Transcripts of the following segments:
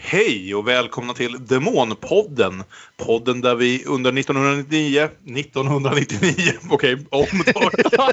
Hej och välkomna till Demonpodden. Podden där vi under 1999, okej, omtag.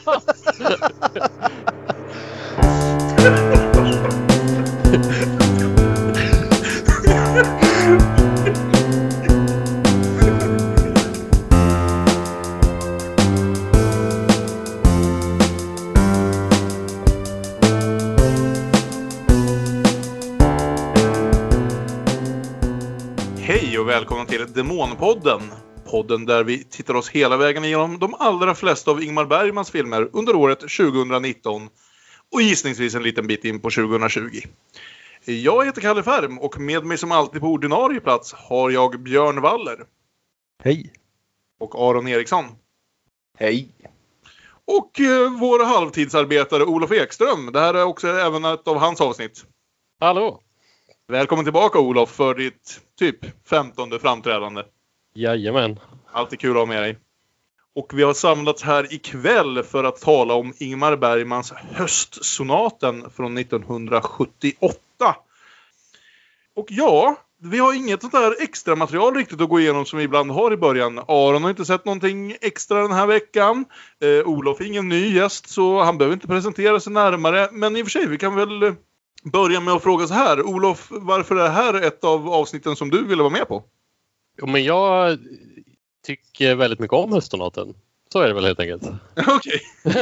Hej och välkomna till Demonpodden. Podden där vi tittar oss hela vägen igenom de allra flesta av Ingmar Bergmans filmer under året 2019 och gissningsvis en liten bit in på 2020. Jag heter Kalle Färm och med mig som alltid på ordinarie plats har jag Björn Waller. Hej. Och Aron Eriksson. Hej. Och vår halvtidsarbetare Olof Ekström. Det här är också även ett av hans avsnitt. Hallå. Välkommen tillbaka Olof för ditt typ 15:e framträdande. Jajamän. Alltid kul att ha med dig. Och vi har samlats här ikväll för att tala om Ingmar Bergmans Höstsonaten från 1978. Och ja, vi har inget sånt där extra material riktigt att gå igenom som vi ibland har i början. Aron har inte sett någonting extra den här veckan. Olof är ingen ny gäst så han behöver inte presentera sig närmare. Men i och för sig, vi kan väl börja med att fråga så här. Olof, varför är det här ett av avsnitten som du ville vara med på? Jo, men jag tycker väldigt mycket om Höstsonaten. Så är det väl helt enkelt. Okej.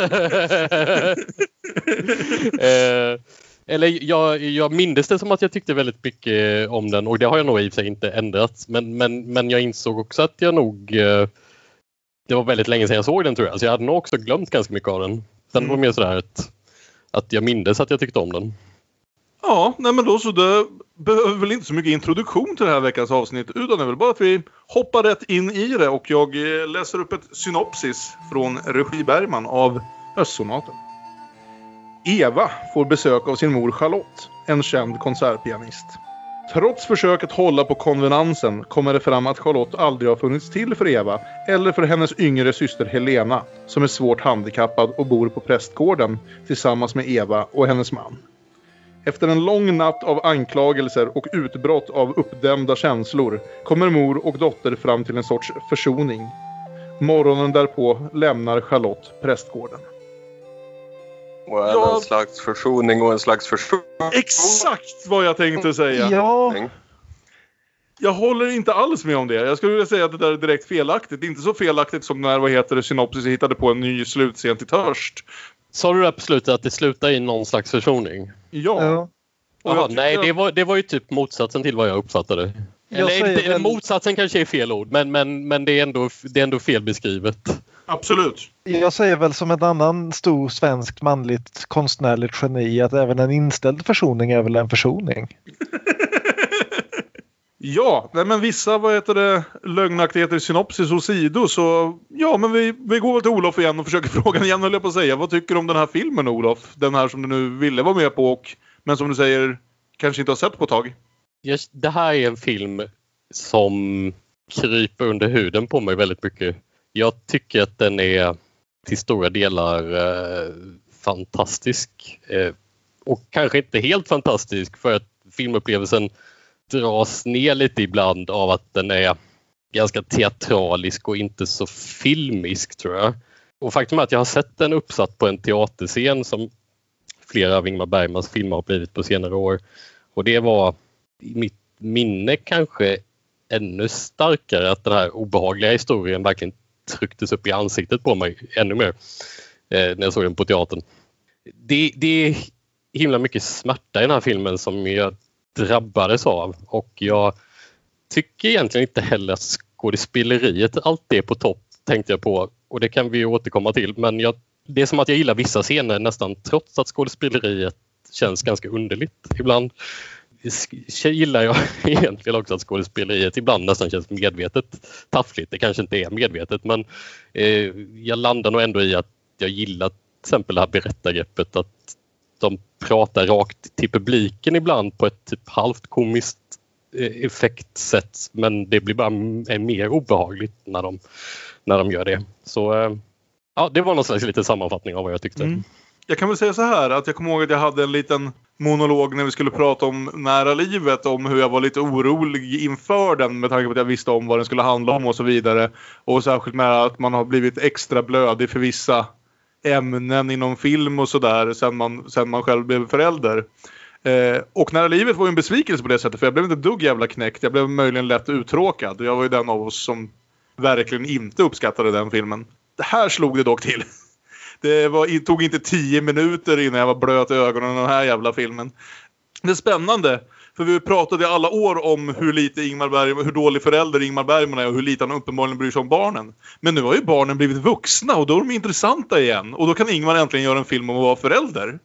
Eller jag minns det som att jag tyckte väldigt mycket om den. Och det har jag nog i och för sig inte ändrat. Men jag insåg också att jag nog... det var väldigt länge sedan jag såg den tror jag. Så jag hade nog också glömt ganska mycket av den. Den var mer sådär att jag minns att jag tyckte om den. Ja, nej men då så det behöver väl inte så mycket introduktion till det här veckans avsnitt utan det är väl bara att vi hoppar rätt in i det och jag läser upp ett synopsis från Regi Bergman av Höstsonaten. Eva får besök av sin mor Charlotte, en känd konsertpianist. Trots försöket hålla på konvenansen kommer det fram att Charlotte aldrig har funnits till för Eva eller för hennes yngre syster Helena som är svårt handikappad och bor på prästgården tillsammans med Eva och hennes man. Efter en lång natt av anklagelser och utbrott av uppdämda känslor kommer mor och dotter fram till en sorts försoning. Morgonen därpå lämnar Charlotte prästgården. Och en slags försoning och en slags försoning. Exakt vad jag tänkte säga. Ja. Jag håller inte alls med om det. Jag skulle vilja säga att det där är direkt felaktigt. Inte så felaktigt som när synopsis hittade på en ny slutscen till Törst. Sa du där på slutet att det slutar i någon slags försoning? Ja. Aha, nej, det var ju typ motsatsen till vad jag uppfattade. Eller motsatsen kanske är fel ord, men det är ändå fel beskrivet. Absolut. Jag säger väl som en annan stor svensk manligt konstnärligt geni att även en inställd försoning är väl en försoning. Ja, nej men vissa lögnaktigheter i synopsis och sido så ja, men vi går till Olof igen och försöker fråga igen höll jag på att säga. Vad tycker du om den här filmen Olof? Den här som du nu ville vara med på men som du säger kanske inte har sett på ett tag. Det här är en film som kryper under huden på mig väldigt mycket. Jag tycker att den är till stora delar fantastisk. Och kanske inte helt fantastisk för att filmupplevelsen dras ner lite ibland av att den är ganska teatralisk och inte så filmisk tror jag. Och faktum är att jag har sett den uppsatt på en teaterscen som flera av Ingmar Bergmans filmer har blivit på senare år. Och det var i mitt minne kanske ännu starkare att den här obehagliga historien verkligen trycktes upp i ansiktet på mig ännu mer när jag såg den på teatern. Det är himla mycket smärta i den här filmen som jag drabbades av och jag tycker egentligen inte heller att skådespeleriet alltid är på topp tänkte jag på och det kan vi återkomma till men det är som att jag gillar vissa scener nästan trots att skådespeleriet känns ganska underligt ibland. Gillar jag egentligen också att skådespeleriet ibland nästan känns medvetet taffligt. Det kanske inte är medvetet men jag landar nog ändå i att jag gillar till exempel det här berättargreppet att de pratar rakt till publiken ibland på ett typ halvt komiskt effektsätt men det blir bara mer obehagligt när de gör det. Så ja, det var någon slags lite sammanfattning av vad jag tyckte. Jag kan väl säga så här att jag kommer ihåg att jag hade en liten monolog när vi skulle prata om Nära livet, om hur jag var lite orolig inför den med tanke på att jag visste om vad den skulle handla om och så vidare. Och särskilt med att man har blivit extra blödig för vissa ämnen inom film och sådär sen man själv blev förälder. Och Nära livet var ju en besvikelse på det sättet, för jag blev inte dugg jävla knäckt. Jag blev möjligen lätt uttråkad. Jag var ju den av oss som verkligen inte uppskattade den filmen. Det här slog det dock till. Det tog inte 10 minuter innan jag var blöt i ögonen av den här jävla filmen. Det är spännande, för vi pratade i alla år om hur dålig förälder Ingmar Bergman är och hur lite han uppenbarligen bryr sig om barnen. Men nu har ju barnen blivit vuxna och då är de intressanta igen. Och då kan Ingmar äntligen göra en film om att vara förälder.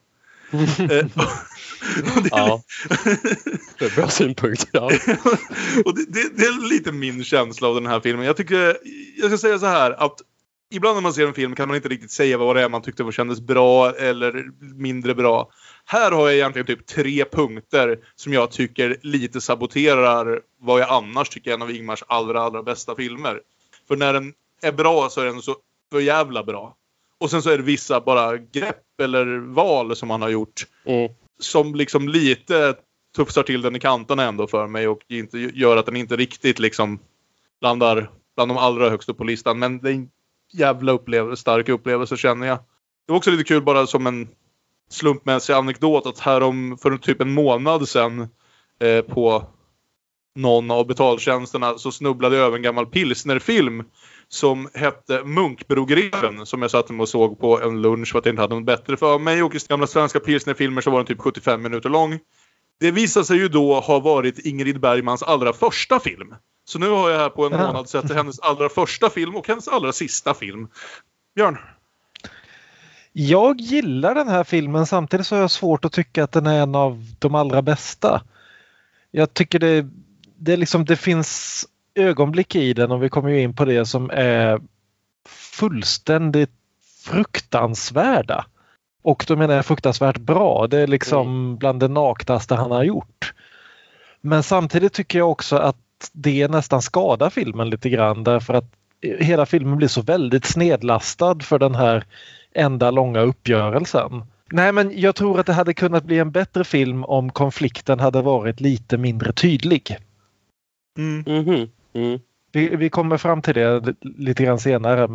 Ja, det är bra synpunkt. Ja. Och det är lite min känsla av den här filmen. Jag ska säga så här, att ibland när man ser en film kan man inte riktigt säga vad det är man tyckte kändes bra eller mindre bra. Här har jag egentligen typ 3 punkter som jag tycker lite saboterar vad jag annars tycker är en av Ingmars allra bästa filmer. För när den är bra så är den så för jävla bra. Och sen så är det vissa bara grepp eller val som han har gjort som liksom lite tuffsar till den i kanterna ändå för mig och inte gör att den inte riktigt liksom landar bland de allra högst upp på listan. Men det är en jävla stark upplevelse, känner jag. Det var också lite kul bara som en slumpmässig anekdot att för typ en månad sedan på någon av betaltjänsterna så snubblade jag över en gammal pilsnerfilm som hette Munkbrogreven, som jag satt och såg på en lunch för att jag inte hade något bättre för mig. Och i gamla svenska pilsnerfilmer så var den typ 75 minuter lång. Det visade sig ju då ha varit Ingrid Bergmans allra första film. Så nu har jag här på en månad sett hennes allra första film och hennes allra sista film. Björn? Jag gillar den här filmen, samtidigt så har jag svårt att tycka att den är en av de allra bästa. Jag tycker det finns ögonblick i den, och vi kommer ju in på det, som är fullständigt fruktansvärda. Och då menar jag fruktansvärt bra. Det är liksom bland det naktaste han har gjort. Men samtidigt tycker jag också att det nästan skadar filmen lite grann, därför att hela filmen blir så väldigt snedlastad för den här enda långa uppgörelsen. Nej, men jag tror att det hade kunnat bli en bättre film om konflikten hade varit lite mindre tydlig. Vi kommer fram till det lite grann senare,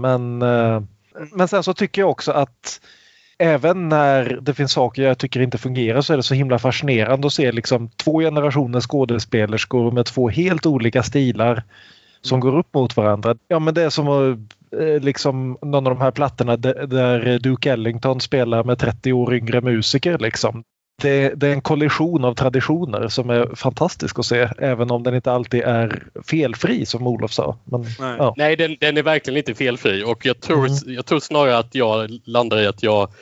men sen så tycker jag också att även när det finns saker jag tycker inte fungerar så är det så himla fascinerande att se liksom 2 generationer skådespelerskor med 2 helt olika stilar som går upp mot varandra. Ja, men det är som liksom någon av de här plattorna där Duke Ellington spelar med 30 år yngre musiker liksom. Det är en kollision av traditioner som är fantastisk att se, även om den inte alltid är felfri, som Olof sa. Men, ja. Nej, den är verkligen inte felfri, och jag tror snarare att jag landar i att jag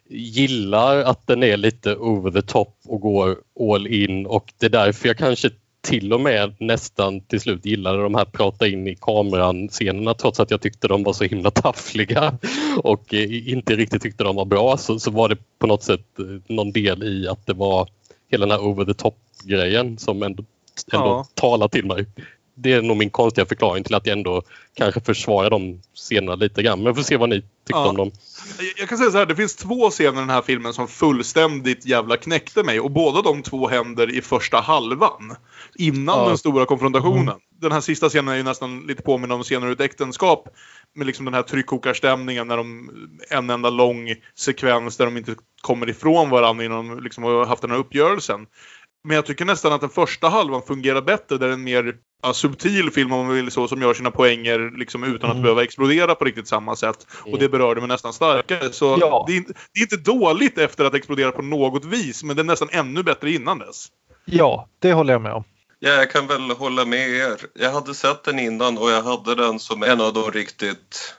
gillar att den är lite over the top och går all in, och det är därför jag kanske till och med nästan till slut gillade de här prata in i kameran scenerna, trots att jag tyckte de var så himla taffliga och inte riktigt tyckte de var bra, så var det på något sätt någon del i att det var hela den här over the top grejen som ändå talar till mig. Det är nog min konstiga förklaring till att jag ändå kanske försvarar de scenerna lite grann. Men jag får se vad ni tyckte om dem. Jag kan säga så här, det finns 2 scener i den här filmen som fullständigt jävla knäckte mig. Och båda de 2 händer i första halvan. Innan den stora konfrontationen. Den här sista scenen är ju nästan lite påminna om scener ur ett äktenskap. Med liksom den här tryckkokarstämningen när en enda lång sekvens där de inte kommer ifrån varandra innan de liksom har haft den här uppgörelsen. Men jag tycker nästan att den första halvan fungerar bättre. Där är en mer subtil film, om man vill så, som gör sina poänger liksom, utan att behöva explodera på riktigt samma sätt. Och det berörde mig nästan starkare. Så det är inte dåligt efter att explodera på något vis. Men det är nästan ännu bättre innan dess. Ja, det håller jag med om. Ja, jag kan väl hålla med er. Jag hade sett den innan och jag hade den som en av de riktigt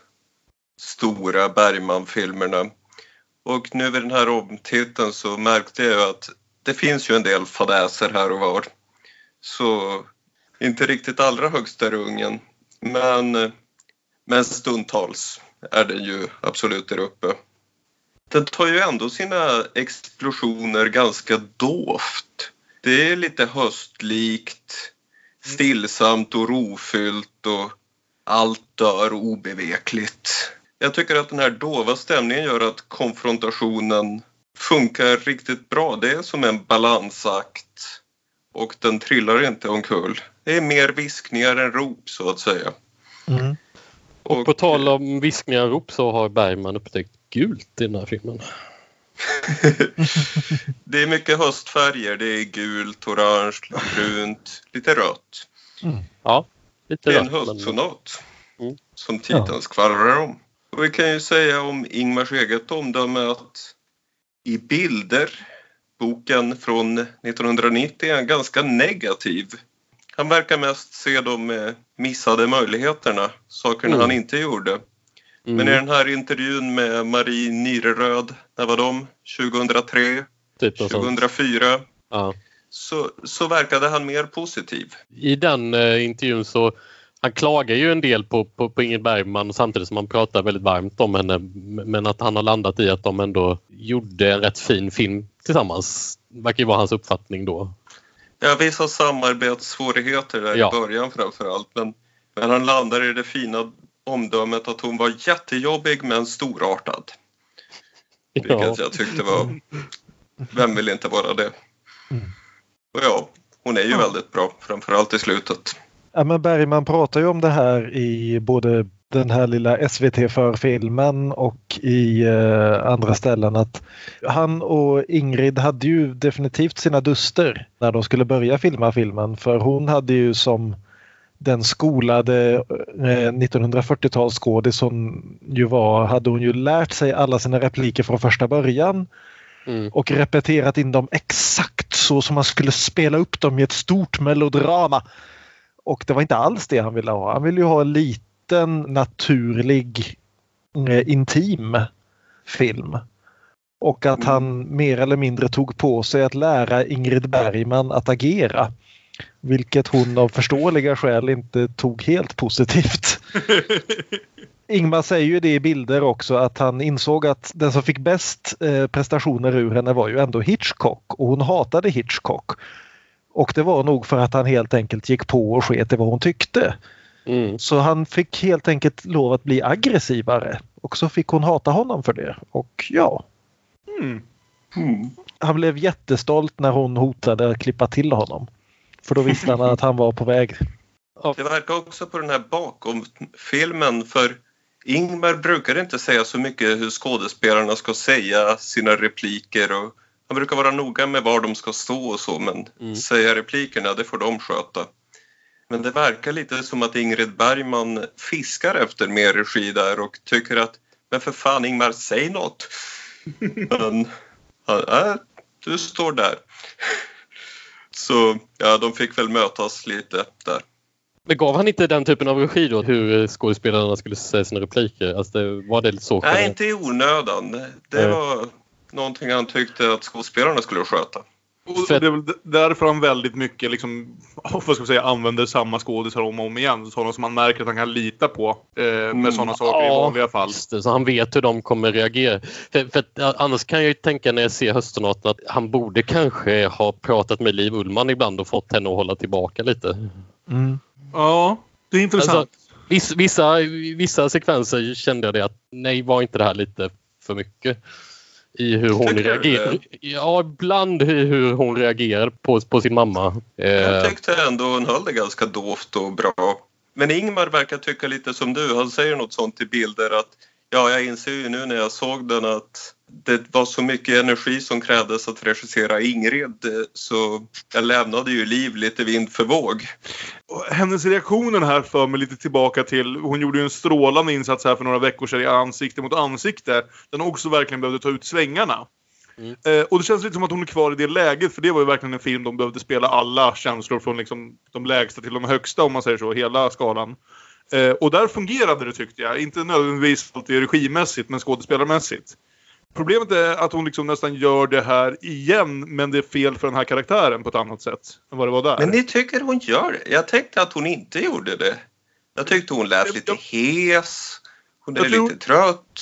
stora Bergman-filmerna. Och nu vid den här omtiteln så märkte jag att det finns ju en del fadäser här och var. Så inte riktigt allra högsta rungen. Men stundtals är den ju absolut där uppe. Den tar ju ändå sina explosioner ganska dovt. Det är lite höstlikt, stillsamt och rofyllt och allt dör obevekligt. Jag tycker att den här dova stämningen gör att konfrontationen funkar riktigt bra. Det är som en balansakt. Och den trillar inte omkull. Det är mer viskningar än rop, så att säga. Mm. Och på tal om viskningar och rop så har Bergman upptäckt gult i den här filmen. Det är mycket höstfärger. Det är gult, orange, brunt, lite rött. Mm. Ja, lite det är en rött, höstsonat Mm. som titeln skvallrar om. Och vi kan ju säga om Ingmars eget omdöme att i bilder, boken från 1990 är ganska negativ. Han verkar mest se de missade möjligheterna, sakerna han inte gjorde. Men i den här intervjun med Marie Nyreröd, när var de? 2003, typ 2004. Ja. Så verkade han mer positiv. I den intervjun så han klagar ju en del på Ingrid Bergman samtidigt som han pratar väldigt varmt om henne, men att han har landat i att de ändå gjorde en rätt fin film tillsammans. Verkar ju vara hans uppfattning då. Ja, vissa samarbetssvårigheter där i början framförallt, men han landar i det fina omdömet att hon var jättejobbig men storartad. Vilket jag tyckte var... Vem vill inte vara det? Och ja, hon är ju väldigt bra, framförallt i slutet. Ja, men Bergman pratar ju om det här i både den här lilla SVT-förfilmen och i andra ställen, att han och Ingrid hade ju definitivt sina duster när de skulle börja filma filmen, för hon hade ju som den skolade 1940-talsskådis hon ju var, hade hon ju lärt sig alla sina repliker från första början och repeterat in dem exakt så som man skulle spela upp dem i ett stort melodrama. Och det var inte alls det han ville ha. Han ville ju ha en liten, naturlig, intim film. Och att han mer eller mindre tog på sig att lära Ingrid Bergman att agera. Vilket hon av förståeliga skäl inte tog helt positivt. Ingmar säger ju det i bilder också, att han insåg att den som fick bäst prestationer ur henne var ju ändå Hitchcock. Och hon hatade Hitchcock. Och det var nog för att han helt enkelt gick på och sket i vad hon tyckte. Så han fick helt enkelt lov att bli aggressivare. Och så fick hon hata honom för det. Och ja. Han blev jättestolt när hon hotade att klippa till honom. För då visste han att han var på väg. Det verkar också på den här bakom filmen, för Ingmar brukar inte säga så mycket hur skådespelarna ska säga sina repliker, och han brukar vara noga med var de ska stå och så, men säga replikerna, det får de sköta. Men det verkar lite som att Ingrid Bergman fiskar efter mer regi där och tycker att, men för fan Ingmar, säg något. Men du står där. Så ja, de fick väl mötas lite där. Men gav han inte den typen av regi då, hur skådespelarna skulle säga sina repliker? Alltså var det så? Nej, inte i onödan. Det var någonting han tyckte att skådespelarna skulle sköta. Och det är väl därför han väldigt mycket liksom, vad ska man säga, använder samma skådisar om och om igen. Sådana som man märker att han kan lita på med sådana saker i vanliga fall. Det, så han vet hur de kommer reagera. För annars kan jag ju tänka när jag ser Höstsonaten att han borde kanske ha pratat med Liv Ullmann ibland och fått henne att hålla tillbaka lite. Ja, det är intressant. Alltså, vissa sekvenser kände jag det att nej, var inte det här lite för mycket? I hur hon reagerar. Ja, ibland hur hon reagerar på sin mamma. Jag tyckte ändå hon höll det ganska dovt och bra. Men Ingmar verkar tycka lite som du. Han säger något sånt i bilder att ja, jag inser ju nu när jag såg den att det var så mycket energi som krävdes att regissera Ingrid, så jag lämnade ju Liv lite vind för våg. Och hennes reaktionen här för mig lite tillbaka till, hon gjorde ju en strålande insats här för några veckor sedan i Ansikte mot ansikte. Den också verkligen behövde ta ut svängarna. Och det känns lite som att hon är kvar i det läget, för det var ju verkligen en film de behövde spela alla känslor från liksom de lägsta till de högsta, om man säger så, hela skalan. Och där fungerade det, tyckte jag. Inte nödvändigtvis alltid regimässigt, men skådespelarmässigt. Problemet är att hon liksom nästan gör det här igen, men det är fel för den här karaktären på ett annat sätt än vad det var där. Men ni tycker hon gör det? Jag tänkte att hon inte gjorde det. Jag tyckte hon lät lite hes. Hon är lite trött.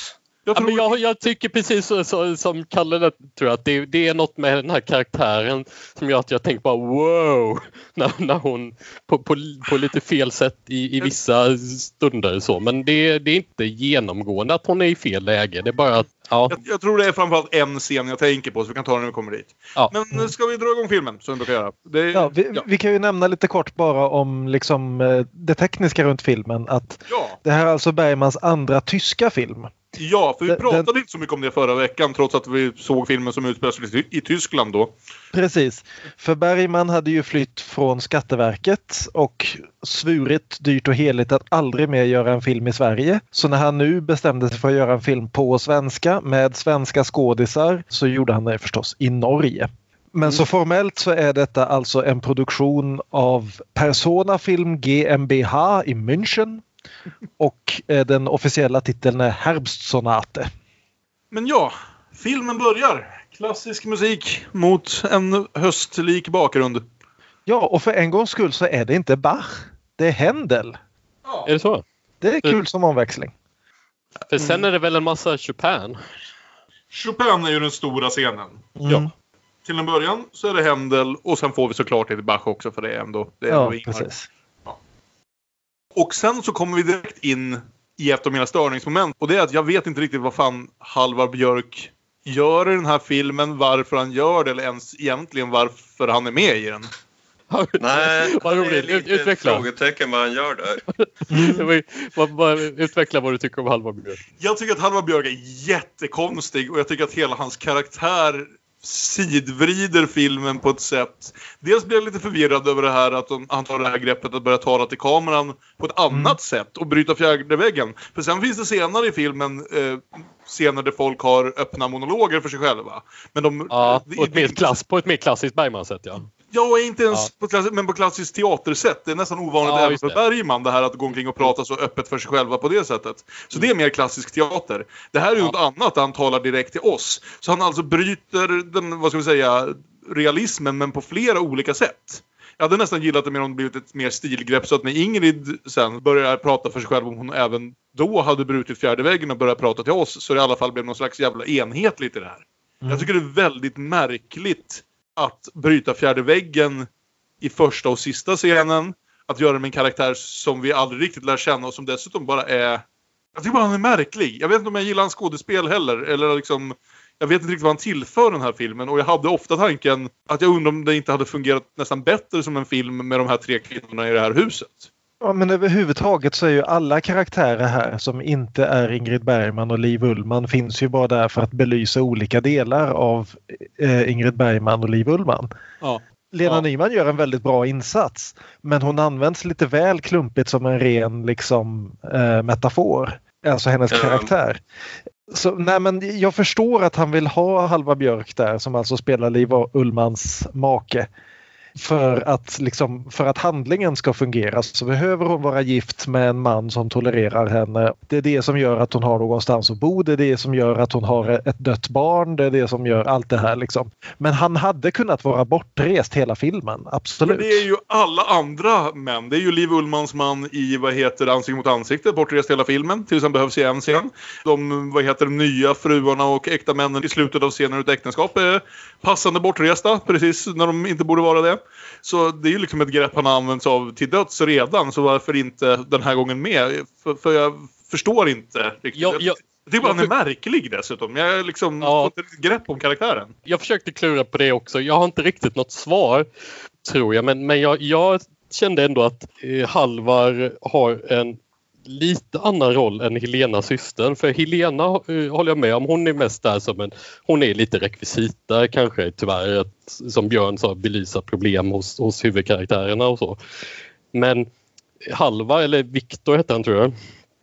Jag tycker precis som Kalle tror att det är något med den här karaktären som gör att jag tänker bara wow när hon på lite fel sätt i vissa stunder så. Men det är inte genomgående att hon är i fel läge. Det är bara att jag tror det är framförallt en scen jag tänker på så vi kan ta den när vi kommer dit. Ja. Men ska vi dra igång filmen som vi brukar göra? Vi kan ju nämna lite kort bara om liksom, det tekniska runt filmen. Att det här är alltså Bergmans andra tyska film. Ja, för vi pratade inte så mycket om det förra veckan trots att vi såg filmen som utspelades i Tyskland då. Precis. För Bergman hade ju flytt från Skatteverket och svurit dyrt och heligt att aldrig mer göra en film i Sverige. Så när han nu bestämde sig för att göra en film på svenska med svenska skådisar så gjorde han det förstås i Norge. Men så formellt så är detta alltså en produktion av Persona Film GmbH i München. Och den officiella titeln är Herbstsonate. Men filmen börjar. Klassisk musik mot en höstlik bakgrund. Ja, och för en gångs skull så är det inte Bach. Det är Händel. Ja. Är det så? Det är kul som omväxling. För sen är det väl en massa Chopin? Chopin är ju den stora scenen. Ja. Till en början så är det Händel och sen får vi såklart lite Bach också för det är ändå precis. Och sen så kommer vi direkt in i ett av mina störningsmoment. Och det är att jag vet inte riktigt vad fan Halvar Björk gör i den här filmen. Varför han gör det eller ens egentligen varför han är med i den. Nej, vad roligt. Det är lite ett frågetecken vad han gör där. Utveckla vad du tycker om Halvar Björk. Jag tycker att Halvar Björk är jättekonstig och jag tycker att hela hans karaktär sidvrider filmen på ett sätt. Dels blir jag lite förvirrad över det här att han tar det här greppet att börja tala till kameran på ett annat sätt och bryta fjärde väggen. För sen finns det senare i filmen scener där folk har öppna monologer för sig själva. Men på ett mer klassiskt Bergman-sätt, ja. Ja, inte ens på klassiskt teatersätt. Det är nästan ovanligt även för Bergman det här att gå omkring och prata så öppet för sig själva på det sättet. Så det är mer klassisk teater. Det här är ju något annat, han talar direkt till oss. Så han alltså bryter den, vad ska vi säga, realismen men på flera olika sätt. Jag hade nästan gillat det mer om det blivit ett mer stilgrepp så att när Ingrid sen börjar prata för sig själv om hon även då hade brutit fjärde väggen och börjat prata till oss så det i alla fall blev någon slags jävla enhetligt i det här. Jag tycker det är väldigt märkligt att bryta fjärde väggen i första och sista scenen. Att göra det med en karaktär som vi aldrig riktigt lär känna och som dessutom bara är... Jag tycker bara han är märklig. Jag vet inte om jag gillar hans skådespel heller. Eller liksom... Jag vet inte riktigt vad han tillför den här filmen. Och jag hade ofta tanken att jag undrar om det inte hade fungerat nästan bättre som en film med de här tre kvinnorna i det här huset. Ja, men överhuvudtaget så är ju alla karaktärer här som inte är Ingrid Bergman och Liv Ullmann finns ju bara där för att belysa olika delar av Ingrid Bergman och Liv Ullmann. Ja. Lena Nyman gör en väldigt bra insats men hon används lite väl klumpigt som en ren liksom, metafor. Alltså hennes karaktär. Så, nej, men jag förstår att han vill ha Halvar Björk där som alltså spelar Liv Ullmans make. För att handlingen ska fungera så behöver hon vara gift med en man som tolererar henne. Det är det som gör att hon har någonstans att bo. Det är det som gör att hon har ett dött barn. Det är det som gör allt det här liksom. Men han hade kunnat vara bortrest hela filmen, absolut. Men det är ju alla andra män. Det är ju Liv Ullmans man i, ansikte mot ansikte, bortrest hela filmen. Tills han behövs i en scen. De nya fruarna och äkta männen i slutet av scenen ut äktenskap är passande bortresta. Precis när de inte borde vara det. Så det är ju liksom ett grepp han har använts av till döds redan. Så varför inte den här gången med? För jag förstår inte riktigt. Jag tycker bara han är märklig dessutom. Jag liksom får inte riktigt grepp om karaktären. Jag försökte klura på det också. Jag har inte riktigt något svar, tror jag. Men jag kände ändå att Halvar har en lite annan roll än Helenas systern. För Helena håller jag med om. Hon är mest där hon är lite rekvisita kanske tyvärr. Som Björn sa, belysa problem hos huvudkaraktärerna och så. Men Halvar, eller Viktor heter han tror jag.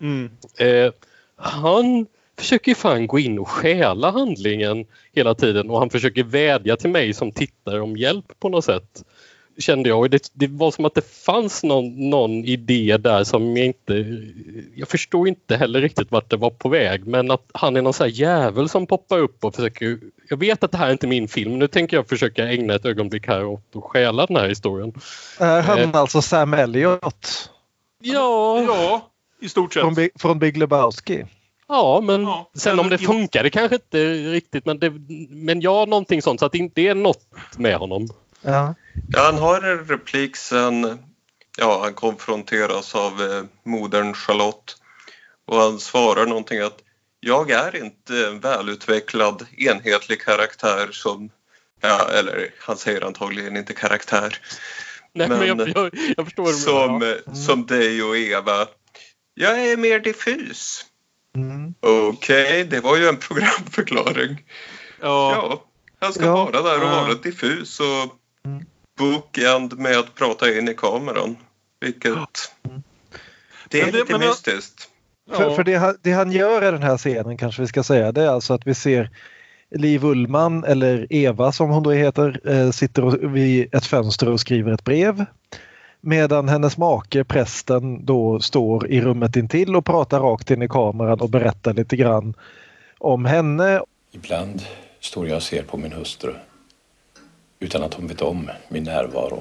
Han försöker ju fan gå in och stjäla handlingen hela tiden. Och han försöker vädja till mig som tittare om hjälp på något sätt. Kände jag. Det var som att det fanns någon idé där som jag förstår inte heller riktigt vart det var på väg. Men att han är någon sån här jävel som poppar upp och försöker... Jag vet att det här är inte min film. Nu tänker jag försöka ägna ett ögonblick här åt att stjäla den här historien. Han alltså Sam Elliott? Ja, i stort sett. Från Big Lebowski? Ja, men sen om det funkar det kanske inte riktigt. Men ja, någonting sånt. Så att det inte är något med honom. Ja. Ja, han har en replik sen han konfronteras av modern Charlotte. Och han svarar någonting att jag är inte en välutvecklad enhetlig karaktär som... Ja, eller han säger antagligen inte karaktär. Nej, men jag förstår som dig och Eva. Jag är mer diffus. Mm. Okej, det var ju en programförklaring. Ja, han ska vara där och vara diffus och bookend med att prata in i kameran. Vilket... Det är lite mystiskt. För det han gör i den här scenen, kanske vi ska säga, det är alltså att vi ser Liv Ullmann, eller Eva som hon då heter, sitter vid ett fönster och skriver ett brev. Medan hennes make, prästen, då står i rummet intill och pratar rakt in i kameran och berättar lite grann om henne. Ibland står jag och ser på min hustru utan att hon vet om min närvaro.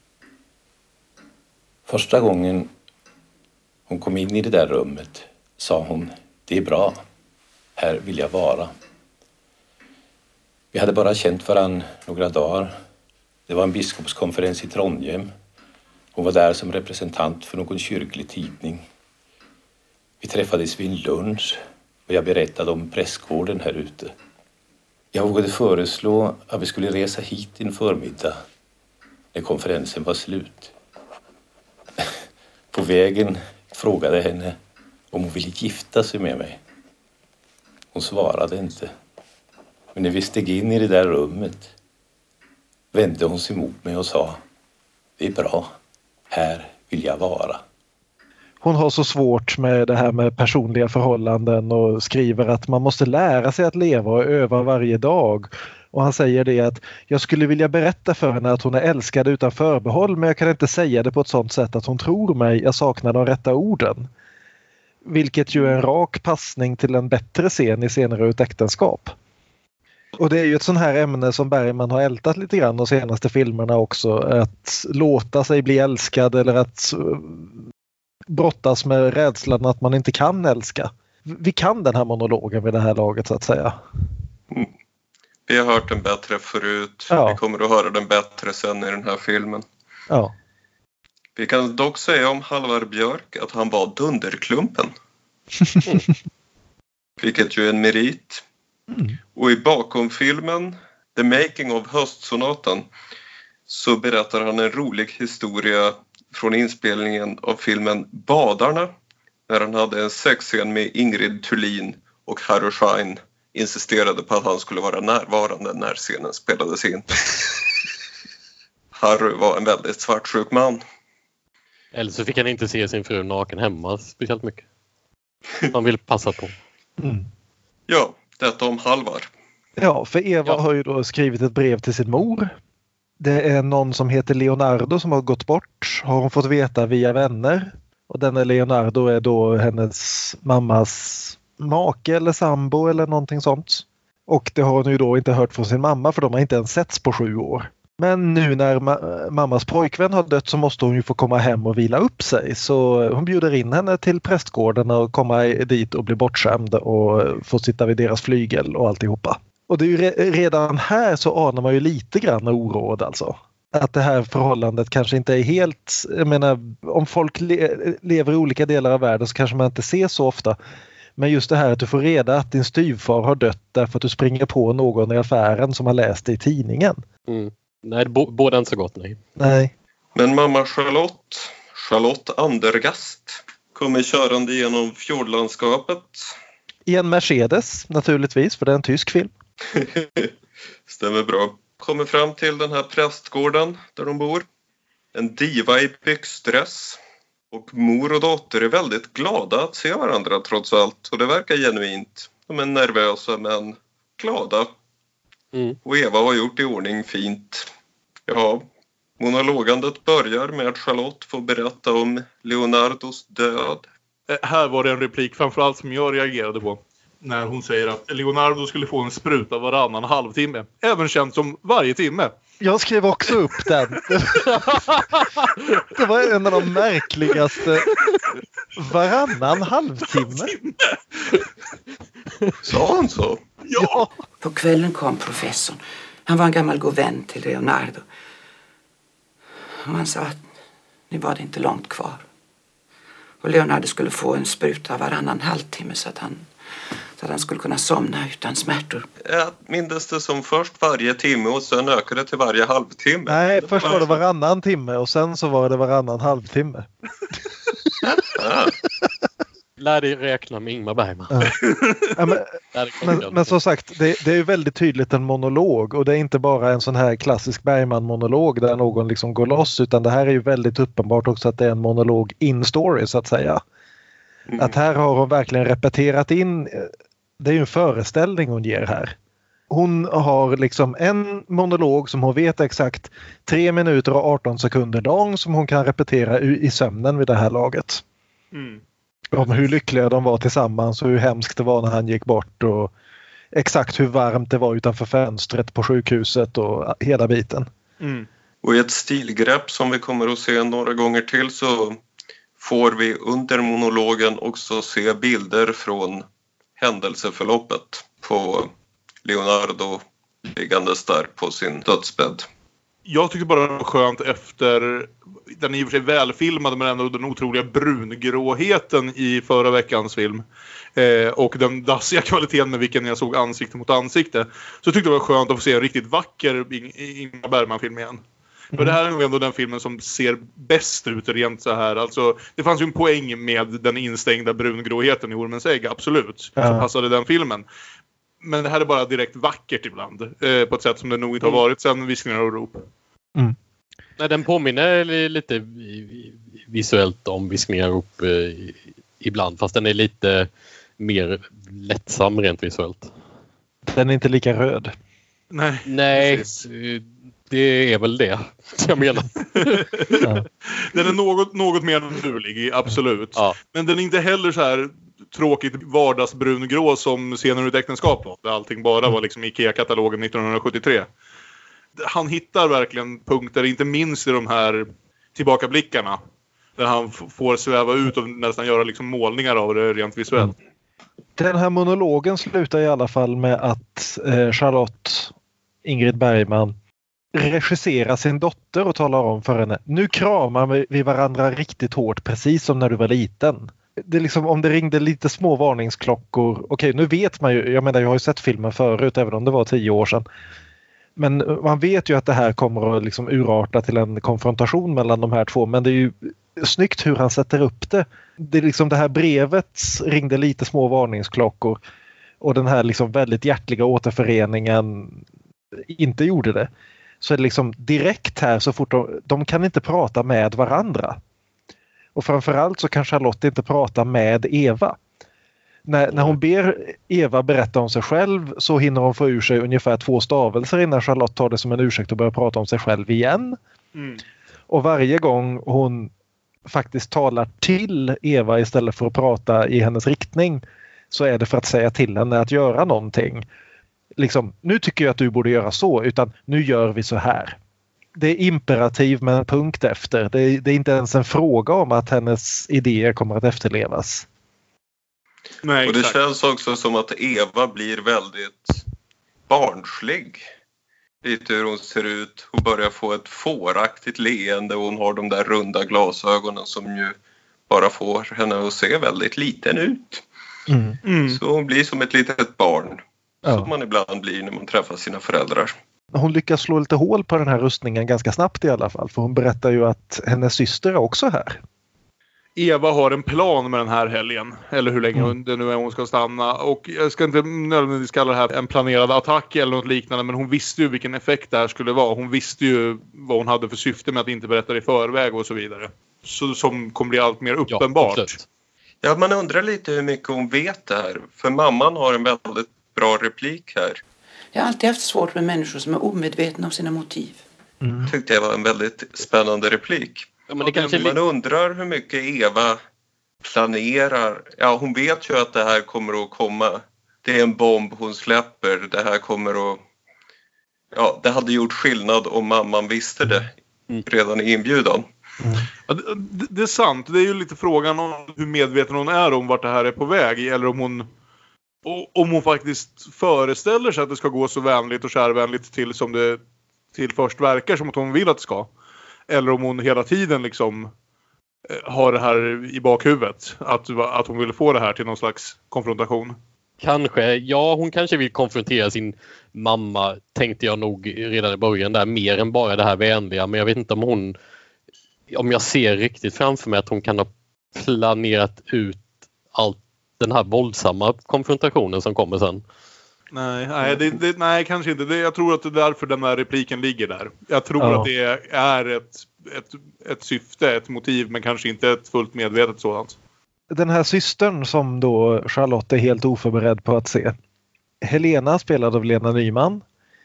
Första gången hon kom in i det där rummet sa hon, det är bra, här vill jag vara. Vi hade bara känt varann några dagar. Det var en biskopskonferens i Trondheim. Hon var där som representant för någon kyrklig tidning. Vi träffades vid en lunch och jag berättade om prästgården här ute. Jag vågade föreslå att vi skulle resa hit en förmiddag när konferensen var slut. På vägen frågade jag henne om hon ville gifta sig med mig. Hon svarade inte. Men när vi steg in i det där rummet vände hon sig mot mig och sa, det är bra, här vill jag vara. Hon har så svårt med det här med personliga förhållanden och skriver att man måste lära sig att leva och öva varje dag. Och han säger det att jag skulle vilja berätta för henne att hon är älskad utan förbehåll, men jag kan inte säga det på ett sådant sätt att hon tror mig. Jag saknar de rätta orden. Vilket ju är en rak passning till en bättre scen i Scener ur ett äktenskap. Och det är ju ett sånt här ämne som Bergman har ältat lite grann de senaste filmerna också. Att låta sig bli älskad eller att brottas med rädslan att man inte kan älska. Vi kan den här monologen vid det här laget så att säga. Vi har hört den bättre förut. Vi kommer att höra den bättre sen i den här filmen. Ja. Vi kan dock säga om Halvar Björk att han var dunderklumpen. Vilket ju är en merit. Och i bakomfilmen The Making of Höstsonaten så berättar han en rolig historia från inspelningen av filmen Badarna, när han hade en sexscen med Ingrid Thulin och Harry Schein insisterade på att han skulle vara närvarande när scenen spelades in. Harry var en väldigt svartsjuk man. Eller så fick han inte se sin fru naken hemma speciellt mycket. Han ville passa på. Ja, detta om Halvar. Ja, för Eva har ju då skrivit ett brev till sin mor. Det är någon som heter Leonardo som har gått bort. Har hon fått veta via vänner. Och denna Leonardo är då hennes mammas make eller sambo eller någonting sånt. Och det har hon ju då inte hört från sin mamma för de har inte ens setts på 7 år. Men nu när mammas pojkvän har dött så måste hon ju få komma hem och vila upp sig. Så hon bjuder in henne till prästgården och komma dit och bli bortskämd och få sitta vid deras flygel och alltihopa. Och det är ju redan här så anar man ju lite grann oråd alltså. Att det här förhållandet kanske inte är helt, jag menar om folk lever i olika delar av världen så kanske man inte ser så ofta. Men just det här att du får reda att din styvfar har dött därför att du springer på någon i affären som har läst det i tidningen. Nej, båda inte så gott, nej. Men mamma Charlotte Andergast kommer körande genom fjordlandskapet. I en Mercedes naturligtvis, för det är en tysk film. Stämmer bra. Kommer fram till den här prästgården där de bor. En diva i byxdress. Och mor och dotter är väldigt glada att se varandra trots allt. Och det verkar genuint. De är nervösa men glada. Och Eva har gjort i ordning fint. Ja, monologandet börjar med att Charlotte får berätta om Leonardos död. Här var det en replik framförallt som jag reagerade på. När hon säger att Leonardo skulle få en spruta varannan halvtimme. Även känt som varje timme. Jag skrev också upp den. Det var en av de märkligaste. Varannan halvtimme. Sa han så? Ja! På kvällen kom professorn. Han var en gammal god vän till Leonardo. Och han sa att nu var det inte långt kvar. Och Leonardo skulle få en spruta varannan halvtimme så att han skulle kunna somna utan smärtor. Jag minns det som först varje timme och sen ökade det till varje halvtimme. Nej, först var det varannan timme och sen så var det varannan halvtimme. Lär dig räkna med Ingmar Bergman. Ja, men som sagt, det är ju väldigt tydligt en monolog och det är inte bara en sån här klassisk Bergman-monolog där någon liksom går loss, utan det här är ju väldigt uppenbart också att det är en monolog in story så att säga. Att här har hon verkligen repeterat in, det är ju en föreställning hon ger här. Hon har liksom en monolog som hon vet exakt 3 minuter och 18 sekunder lång som hon kan repetera i sömnen vid det här laget. Om hur lyckliga de var tillsammans och hur hemskt det var när han gick bort och exakt hur varmt det var utanför fönstret på sjukhuset och hela biten. Och i ett stilgrepp som vi kommer att se några gånger till så får vi under monologen också se bilder från händelseförloppet på Leonardo liggandes där på sin dödsbädd. Jag tyckte bara det var skönt efter den i och för sig välfilmade men ändå den otroliga brungråheten i förra veckans film och den dassiga kvaliteten med vilken jag såg ansikte mot ansikte, så tyckte jag det var skönt att få se en riktigt vacker Ingmar Bergman-film igen. För det här är nog ändå den filmen som ser bäst ut rent så här. Alltså, det fanns ju en poäng med den instängda brungråheten i Ormens ägg, absolut. Så passade den filmen. Men det här är bara direkt vackert ibland. På ett sätt som det nog inte har varit sedan Viskningar och rop. Nej, den påminner lite visuellt om Viskningar och rop ibland. Fast den är lite mer lättsam rent visuellt. Den är inte lika röd. Nej, precis. Det är väl det jag menar. Den är något mer naturlig, absolut. Ja. Men den är inte heller så här tråkigt vardagsbrungrå som Scener ur ett äktenskap var. Där allting bara var liksom IKEA-katalogen 1973. Han hittar verkligen punkter, inte minst i de här tillbakablickarna. Där han får sväva ut och nästan göra liksom målningar av det rent visuellt. Den här monologen slutar i alla fall med att Charlotte Ingrid Bergman regissera sin dotter och talar om för henne: nu kramar vi varandra riktigt hårt, precis som när du var liten. Det är liksom, om det ringde lite små varningsklockor. Okej, nu vet man ju, jag menar jag har ju sett filmen förut även om det var 10 år sedan. Men man vet ju att det här kommer att liksom urarta till en konfrontation mellan de här två. Men det är ju snyggt hur han sätter upp det. Det är liksom det här brevet ringde lite små varningsklockor. Och den här liksom väldigt hjärtliga återföreningen inte gjorde det. Så är det liksom direkt här så fort de kan inte prata med varandra. Och framförallt så kan Charlotte inte prata med Eva. När hon ber Eva berätta om sig själv så hinner hon få ur sig ungefär 2 stavelser innan Charlotte tar det som en ursäkt att börja prata om sig själv igen. Och varje gång hon faktiskt talar till Eva istället för att prata i hennes riktning så är det för att säga till henne att göra någonting. Liksom, nu tycker jag att du borde göra så, utan nu gör vi så här. Det är imperativ med en punkt efter. Det är inte ens en fråga om att hennes idéer kommer att efterlevas. Nej, och det känns också som att Eva blir väldigt barnslig. Lite hur hon ser ut. Hon börjar få ett fåraktigt leende och hon har de där runda glasögonen som ju bara får henne att se väldigt liten ut. Så hon blir som ett litet barn. Som man ibland blir när man träffar sina föräldrar. Hon lyckas slå lite hål på den här rustningen ganska snabbt i alla fall. För hon berättar ju att hennes syster är också här. Eva har en plan med den här helgen. Eller hur länge det nu är hon ska stanna. Och jag ska inte nödvändigtvis kalla det här en planerad attack eller något liknande. Men hon visste ju vilken effekt det här skulle vara. Hon visste ju vad hon hade för syfte med att inte berätta det i förväg och så vidare. Så, som kommer bli allt mer uppenbart. Ja, man undrar lite hur mycket hon vet det här. För mamman har en väldigt bra replik här. Jag har alltid haft svårt med människor som är omedvetna om sina motiv. Tyckte jag var en väldigt spännande replik. Ja, men det kanske man undrar hur mycket Eva planerar. Ja, hon vet ju att det här kommer att komma. Det är en bomb hon släpper. Det här kommer att... Ja, det hade gjort skillnad om mamman visste det redan i inbjudan. Ja, det är sant. Det är ju lite frågan om hur medveten hon är om vart det här är på väg. Eller om om hon faktiskt föreställer sig att det ska gå så vänligt och kärvänligt till som det till först verkar som att hon vill att det ska. Eller om hon hela tiden liksom har det här i bakhuvudet. Att hon vill få det här till någon slags konfrontation. Kanske, ja, hon kanske vill konfrontera sin mamma, tänkte jag nog redan i början där, mer än bara det här vänliga. Men jag vet inte om jag ser riktigt framför mig att hon kan ha planerat ut allt den här våldsamma konfrontationen som kommer sen. Nej, kanske inte. Jag tror att det är därför den här repliken ligger där. Jag tror att det är ett syfte, ett motiv, men kanske inte ett fullt medvetet sådant. Den här systern som då Charlotte är helt oförberedd på att se. Helena spelad av Lena Nyman.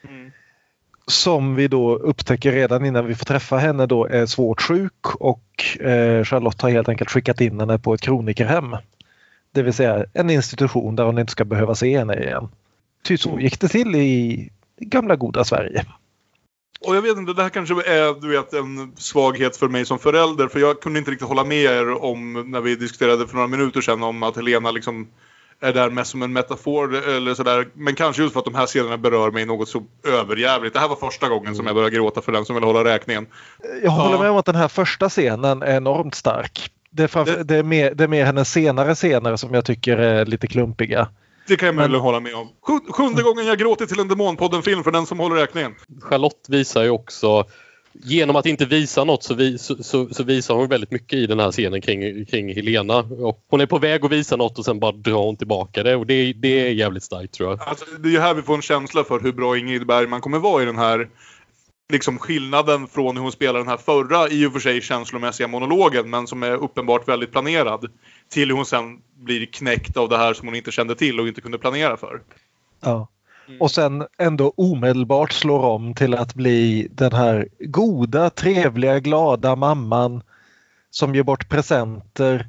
Som vi då upptäcker redan innan vi får träffa henne då är svårt sjuk och Charlotte har helt enkelt skickat in henne på ett kronikerhem. Det vill säga en institution där hon inte ska behöva se henne igen. Ty så gick det till i gamla goda Sverige. Och jag vet inte, det här kanske är en svaghet för mig som förälder. För jag kunde inte riktigt hålla med er om när vi diskuterade för några minuter sedan om att Helena liksom är där mest som en metafor eller sådär. Men kanske just för att de här scenerna berör mig något så överjävligt. Det här var första gången som jag började gråta för den som vill hålla räkningen. Jag håller med om att den här första scenen är enormt stark. Det är mer hennes senare scener som jag tycker är lite klumpiga. Det kan jag möjligen hålla med om. Sjunde gången jag gråter till en Demonpodden-film för den som håller räkningen. Charlotte visar ju också, genom att inte visa något så visar hon väldigt mycket i den här scenen kring Helena. Och hon är på väg att visa något och sen bara drar hon tillbaka det. Och det är jävligt starkt, tror jag. Alltså, det är ju här vi får en känsla för hur bra Ingrid Bergman kommer vara i den här liksom skillnaden från hur hon spelar den här förra i och för sig känslomässiga monologen, men som är uppenbart väldigt planerad, till hur hon sen blir knäckt av det här som hon inte kände till och inte kunde planera för. Ja. Och sen ändå omedelbart slår om till att bli den här goda, trevliga, glada mamman som ger bort presenter.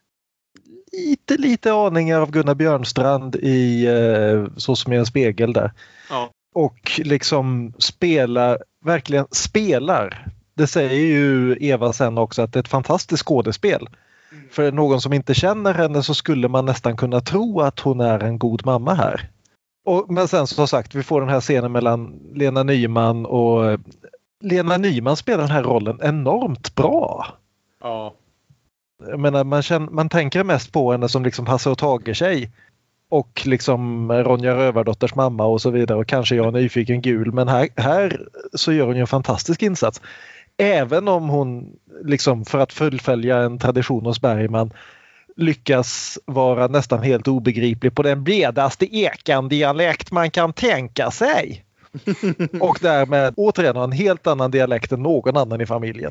Lite aningar av Gunnar Björnstrand i Så som i en spegel där. Ja. Och liksom verkligen spelar. Det säger ju Eva sen också att det är ett fantastiskt skådespel. För någon som inte känner henne så skulle man nästan kunna tro att hon är en god mamma här. Men sen som sagt, vi får den här scenen mellan Lena Nyman och Lena Nyman spelar den här rollen enormt bra. Ja. Jag menar, man tänker mest på henne som liksom Hasse och Tage-tjej. Och liksom Ronja Rövardotters mamma och så vidare. Och kanske jag är nyfiken gul. Men här så gör hon ju en fantastisk insats. Även om hon liksom för att fullfölja en tradition hos Bergman lyckas vara nästan helt obegriplig på den bredaste ekan-dialekt man kan tänka sig. Och därmed återigen har en helt annan dialekt än någon annan i familjen.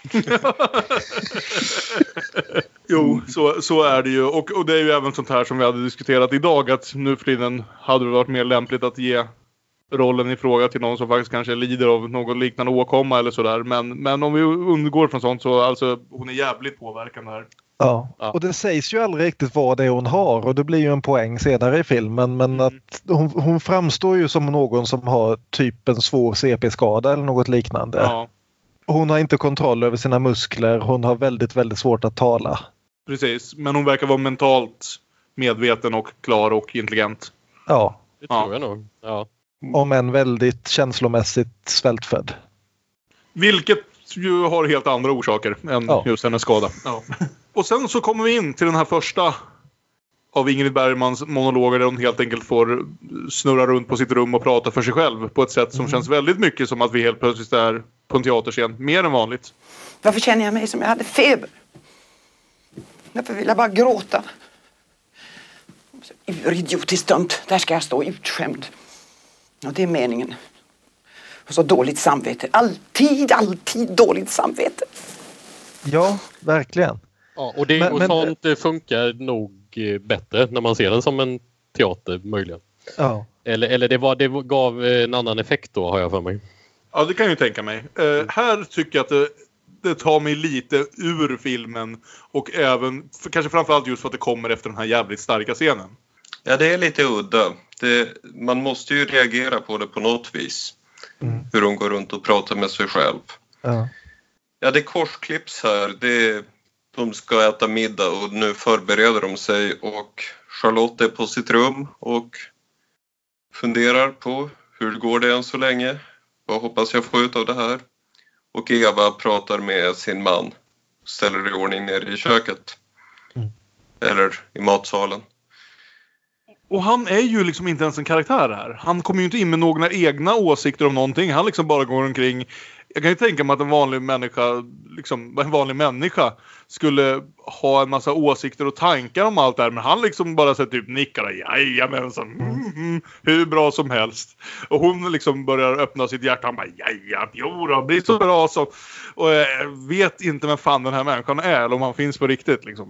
Jo, så är det ju. Och det är ju även sånt här som vi hade diskuterat idag, att nu för tiden hade det varit mer lämpligt att ge rollen i fråga till någon som faktiskt kanske lider av någon liknande åkomma eller sådär. Men om vi undgår från sånt så alltså hon är jävligt påverkande här. Ja, och det sägs ju aldrig riktigt vad det är hon har och det blir ju en poäng senare i filmen, men att hon framstår ju som någon som har typ en svår CP-skada eller något liknande. Ja. Hon har inte kontroll över sina muskler, hon har väldigt, väldigt svårt att tala. Precis, men hon verkar vara mentalt medveten och klar och intelligent. Ja. Det tror jag nog, ja. Om en väldigt känslomässigt svältfödd. Vilket ju har helt andra orsaker än just hennes skada. Ja. Och sen så kommer vi in till den här första av Ingrid Bergmans monologer där hon helt enkelt får snurra runt på sitt rum och prata för sig själv på ett sätt som känns väldigt mycket som att vi helt plötsligt är på en teaterscen, mer än vanligt. Varför känner jag mig som jag hade feber? Därför vill jag bara gråta. Idiotiskt dumt, där ska jag stå utskämd. Och det är meningen. Och så dåligt samvete. Alltid dåligt samvete. Ja, verkligen. Ja, och sånt funkar nog bättre när man ser den som en teater möjligen. Ja. Eller det gav en annan effekt då, har jag för mig. Ja, det kan jag ju tänka mig. Här tycker jag att det tar mig lite ur filmen och även, kanske framförallt just för att det kommer efter den här jävligt starka scenen. Ja, det är lite udda. Man måste ju reagera på det på något vis. Hur hon går runt och pratar med sig själv. Ja, det korsklipps här. De ska äta middag och nu förbereder de sig och Charlotte är på sitt rum och funderar på hur går det än så länge. Vad hoppas jag få ut av det här? Och Eva pratar med sin man. Ställer i ordning ner i köket. Eller i matsalen. Och han är ju liksom inte ens en karaktär här. Han kommer ju inte in med några egna åsikter om någonting. Han liksom bara går omkring. Jag kan ju tänka mig att en vanlig människa skulle ha en massa åsikter och tankar om allt det här. Men han liksom bara så typ nickar. Jajamensan. Hur bra som helst. Och hon liksom börjar öppna sitt hjärta. Han bara, jo då, blir så bra som. Och jag vet inte vem fan den här människan är. Eller om han finns på riktigt liksom.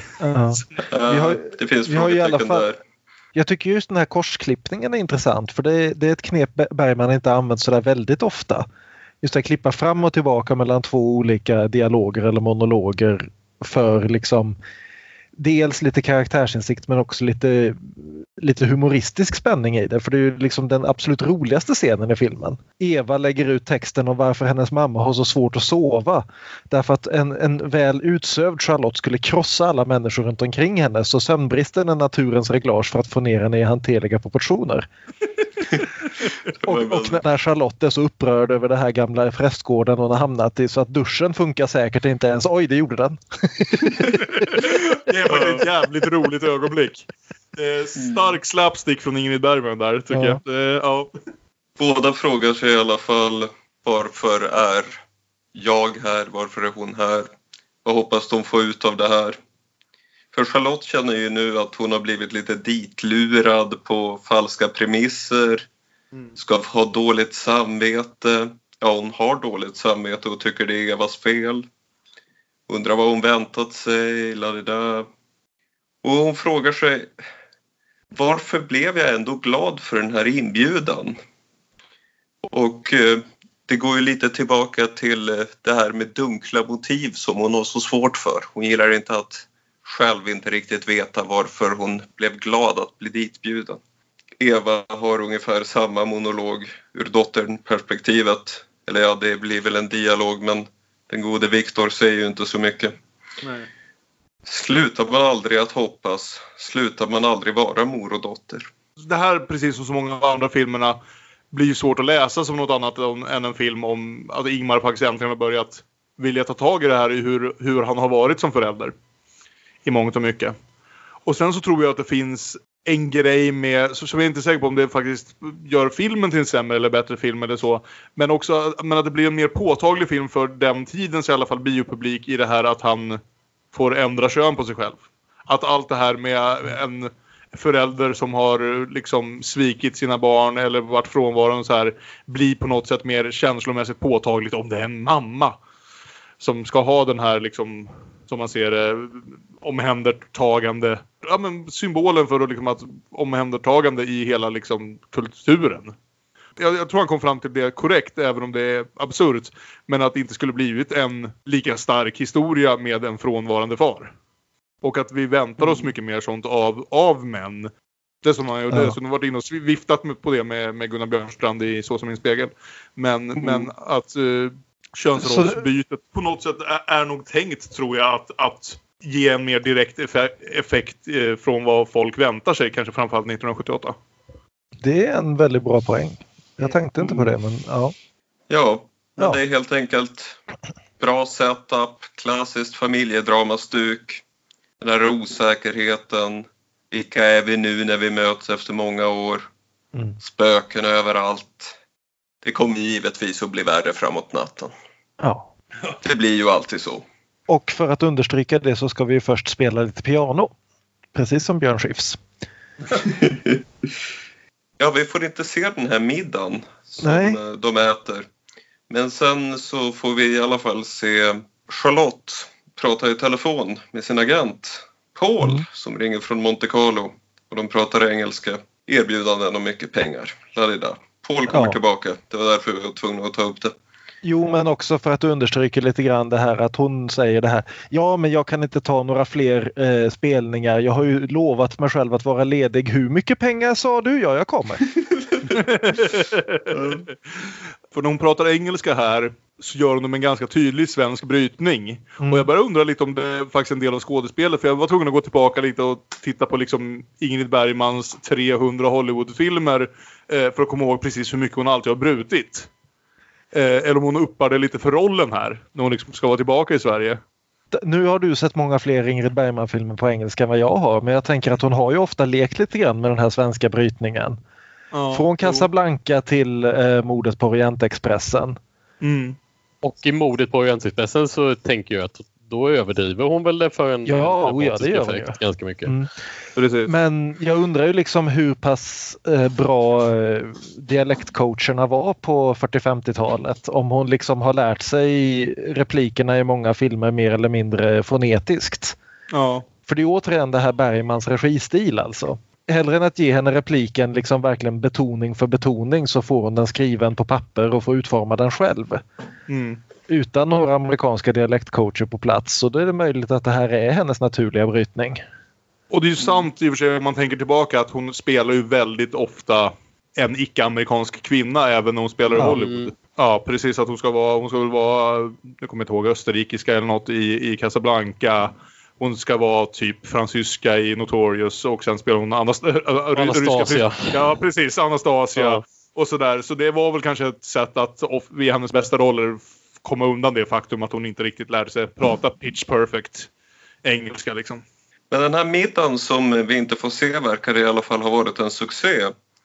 Det finns frågetecken där. Jag tycker just den här korsklippningen är intressant. För det är ett knep Bergman inte använt så där väldigt ofta. Just att klippa fram och tillbaka mellan två olika dialoger eller monologer för liksom dels lite karaktärsinsikt men också lite humoristisk spänning i det. För det är ju liksom den absolut roligaste scenen i filmen. Eva lägger ut texten om varför hennes mamma har så svårt att sova. Därför att en väl utsövd Charlotte skulle krossa alla människor runt omkring henne. Så sömnbristen är naturens reglage för att få ner henne i hanterliga proportioner. och när Charlotte är så upprörd över det här gamla prästgården hon har hamnat i så att duschen funkar säkert inte ens. Oj, det gjorde den. Det var ett jävligt roligt ögonblick. Stark slapstick från Ingrid Bergman där, tycker jag. Ja. Båda frågar sig i alla fall, varför är jag här? Varför är hon här? Vad hoppas de få ut av det här? För Charlotte känner ju nu att hon har blivit lite ditlurad på falska premisser. Ska ha dåligt samvete. Ja, hon har dåligt samvete och tycker det är Evas fel. Undrar vad hon väntat sig. Och hon frågar sig, varför blev jag ändå glad för den här inbjudan? Och det går ju lite tillbaka till det här med dunkla motiv som hon har så svårt för. Hon gillar inte att själv inte riktigt veta varför hon blev glad att bli ditbjuden. Eva har ungefär samma monolog ur dottern-perspektivet. Eller ja, det blir väl en dialog, men den gode Viktor säger ju inte så mycket. Nej. Slutar man aldrig att hoppas, slutar man aldrig vara mor och dotter. Det här, precis som så många av andra filmerna, blir ju svårt att läsa som något annat än en film om att Ingmar faktiskt äntligen har börjat vilja ta tag i det här i hur han har varit som förälder. I mångt och mycket. Och sen så tror jag att det finns en grej med, så jag är inte säker på om det faktiskt gör filmen till en sämre eller bättre film eller så. Men också att det blir en mer påtaglig film för den tidens i alla fall biopublik i det här att han får ändra kön på sig själv. Att allt det här med en förälder som har liksom svikit sina barn eller varit frånvarande så här blir på något sätt mer känslomässigt påtagligt om det är en mamma som ska ha den här liksom, som man ser det, omhändertagande, ja men symbolen för liksom att omhändertagande i hela liksom kulturen. Jag tror han kom fram till det korrekt, även om det är absurt, men att det inte skulle blivit en lika stark historia med en frånvarande far. Och att vi väntar oss mycket mer sånt av män. Det som man gjorde, så nu var det in och viftat på det med Gunnar Björnstrand i Så som min spegel. Men att könsrollsbytet på något sätt är nog tänkt, tror jag, att ge en mer direkt effekt från vad folk väntar sig, kanske framförallt 1978. Det är en väldigt bra poäng. Jag tänkte inte på det, men ja. Ja, men det är helt enkelt bra setup, klassiskt familjedramastuk, den här osäkerheten, vilka är vi nu när vi möts efter många år, spöken överallt. Det kommer givetvis att bli värre framåt natten. Ja. Det blir ju alltid så. Och för att understryka det så ska vi först spela lite piano. Precis som Björn Skifs. Ja, vi får inte se den här middagen som de äter. Men sen så får vi i alla fall se Charlotte prata i telefon med sin agent Paul som ringer från Monte Carlo. Och de pratar engelska, erbjudanden och mycket pengar. Ladida. Paul kommer tillbaka. Det var därför vi var tvungna att ta upp det. Jo, men också för att understryka lite grann det här att hon säger det här. Ja, men jag kan inte ta några fler spelningar. Jag har ju lovat mig själv att vara ledig. Hur mycket pengar sa du? Ja, jag kommer. För när hon pratar engelska här så gör de en ganska tydlig svensk brytning. Och jag börjar undra lite om det är faktiskt en del av skådespelet. För jag var tvungen att gå tillbaka lite och titta på liksom Ingrid Bergmans 300 Hollywoodfilmer för att komma ihåg precis hur mycket hon alltid har brutit. Eller om hon uppar det lite för rollen här när hon liksom ska vara tillbaka i Sverige. Nu har du sett många fler Ingrid Bergman-filmer på engelska än vad jag har. Men jag tänker att hon har ju ofta lekt lite grann med den här svenska brytningen. Ja, från Casablanca till mordet på Orientexpressen. Och i mordet på Orientexpressen så tänker jag att då överdriver hon väl det för en det gör effekt ganska mycket. Men jag undrar ju liksom hur pass bra dialektcoacherna var på 40-50-talet. Om hon liksom har lärt sig replikerna i många filmer mer eller mindre fonetiskt. Ja. För det är återigen det här Bergmans registil alltså. Hellre än att ge henne repliken liksom verkligen betoning för betoning så får hon den skriven på papper och får utforma den själv. Utan några amerikanska dialektcoacher på plats. Så då är det möjligt att det här är hennes naturliga brytning. Och det är ju sant i och för sig om man tänker tillbaka att hon spelar ju väldigt ofta en icke-amerikansk kvinna även när hon spelar i Hollywood. Ja, precis att hon ska väl vara, jag kommer inte ihåg, österrikiska eller något i Casablanca. Hon ska vara typ fransyska i Notorious och sen spelar hon Anastasia. Ja, precis, Anastasia. Ja. Och sådär. Så det var väl kanske ett sätt att vid hennes bästa roller komma undan det faktum att hon inte riktigt lärde sig prata pitch perfect engelska liksom. Men den här middagen som vi inte får se verkar i alla fall ha varit en succé.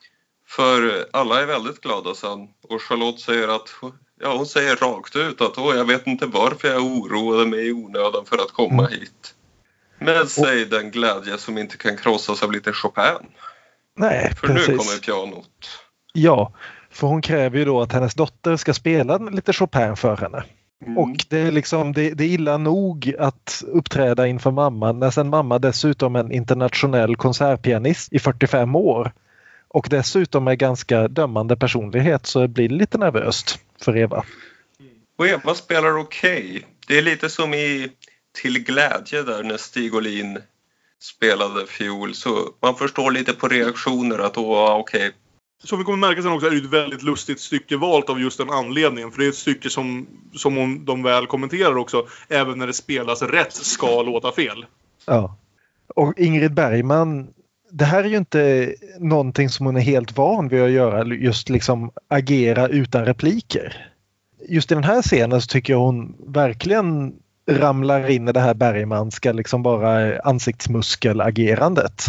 För alla är väldigt glada sen. Och Charlotte säger att, hon säger rakt ut att jag vet inte varför jag oroade mig i onödan för att komma hit. Men säg den glädje som inte kan krossas av lite Chopin. Nej, för precis. Nu kommer pianot. Ja, för hon kräver ju då att hennes dotter ska spela lite Chopin för henne. Och det är liksom det är illa nog att uppträda inför mamma när sen mamma dessutom är en internationell konsertpianist i 45 år. Och dessutom är ganska dömande personlighet så blir det lite nervöst för Eva. Och Eva spelar okej. Det är lite som i Till glädje där när Stig Olin spelade fiol. Så man förstår lite på reaktioner att okej. Som vi kommer märka sen också är det ett väldigt lustigt stycke valt av just den anledningen. För det är ett stycke som de väl kommenterar också. Även när det spelas rätt ska låta fel. Ja. Och Ingrid Bergman, det här är ju inte någonting som hon är helt van vid att göra. Just liksom agera utan repliker. Just i den här scenen så tycker jag hon verkligen ramlar in i det här Bergmanska liksom bara ansiktsmuskelagerandet.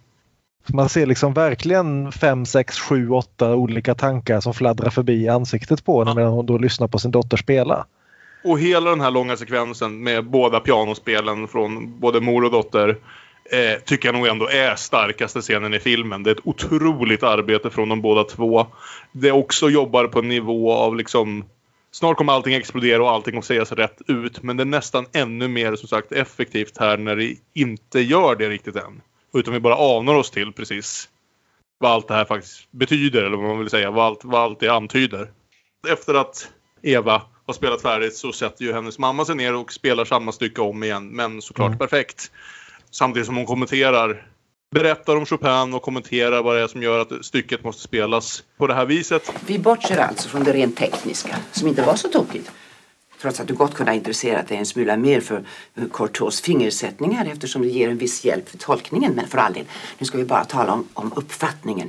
Man ser liksom verkligen 5, 6, 7, 8 olika tankar som fladdrar förbi ansiktet på henne medan hon då lyssnar på sin dotter spela. Och hela den här långa sekvensen med båda pianospelen från både mor och dotter tycker jag nog ändå är starkaste scenen i filmen. Det är ett otroligt arbete från de båda två. Det också jobbar på en nivå av liksom snart kommer allting explodera och allting kommer sägas rätt ut. Men det är nästan ännu mer som sagt effektivt här när det inte gör det riktigt än. Utan vi bara anar oss till precis vad allt det här faktiskt betyder. Eller vad man vill säga, vad allt det antyder. Efter att Eva har spelat färdigt så sätter ju hennes mamma sig ner och spelar samma stycke om igen. Men såklart perfekt. Samtidigt som hon berättar om Chopin och kommenterar vad det är som gör att stycket måste spelas på det här viset. Vi bortser alltså från det rent tekniska, som inte var så tokigt. Trots att du gott kunde ha intresserat dig en smula mer för Courtaulds fingersättningar eftersom det ger en viss hjälp för tolkningen. Men för all del, nu ska vi bara tala om uppfattningen.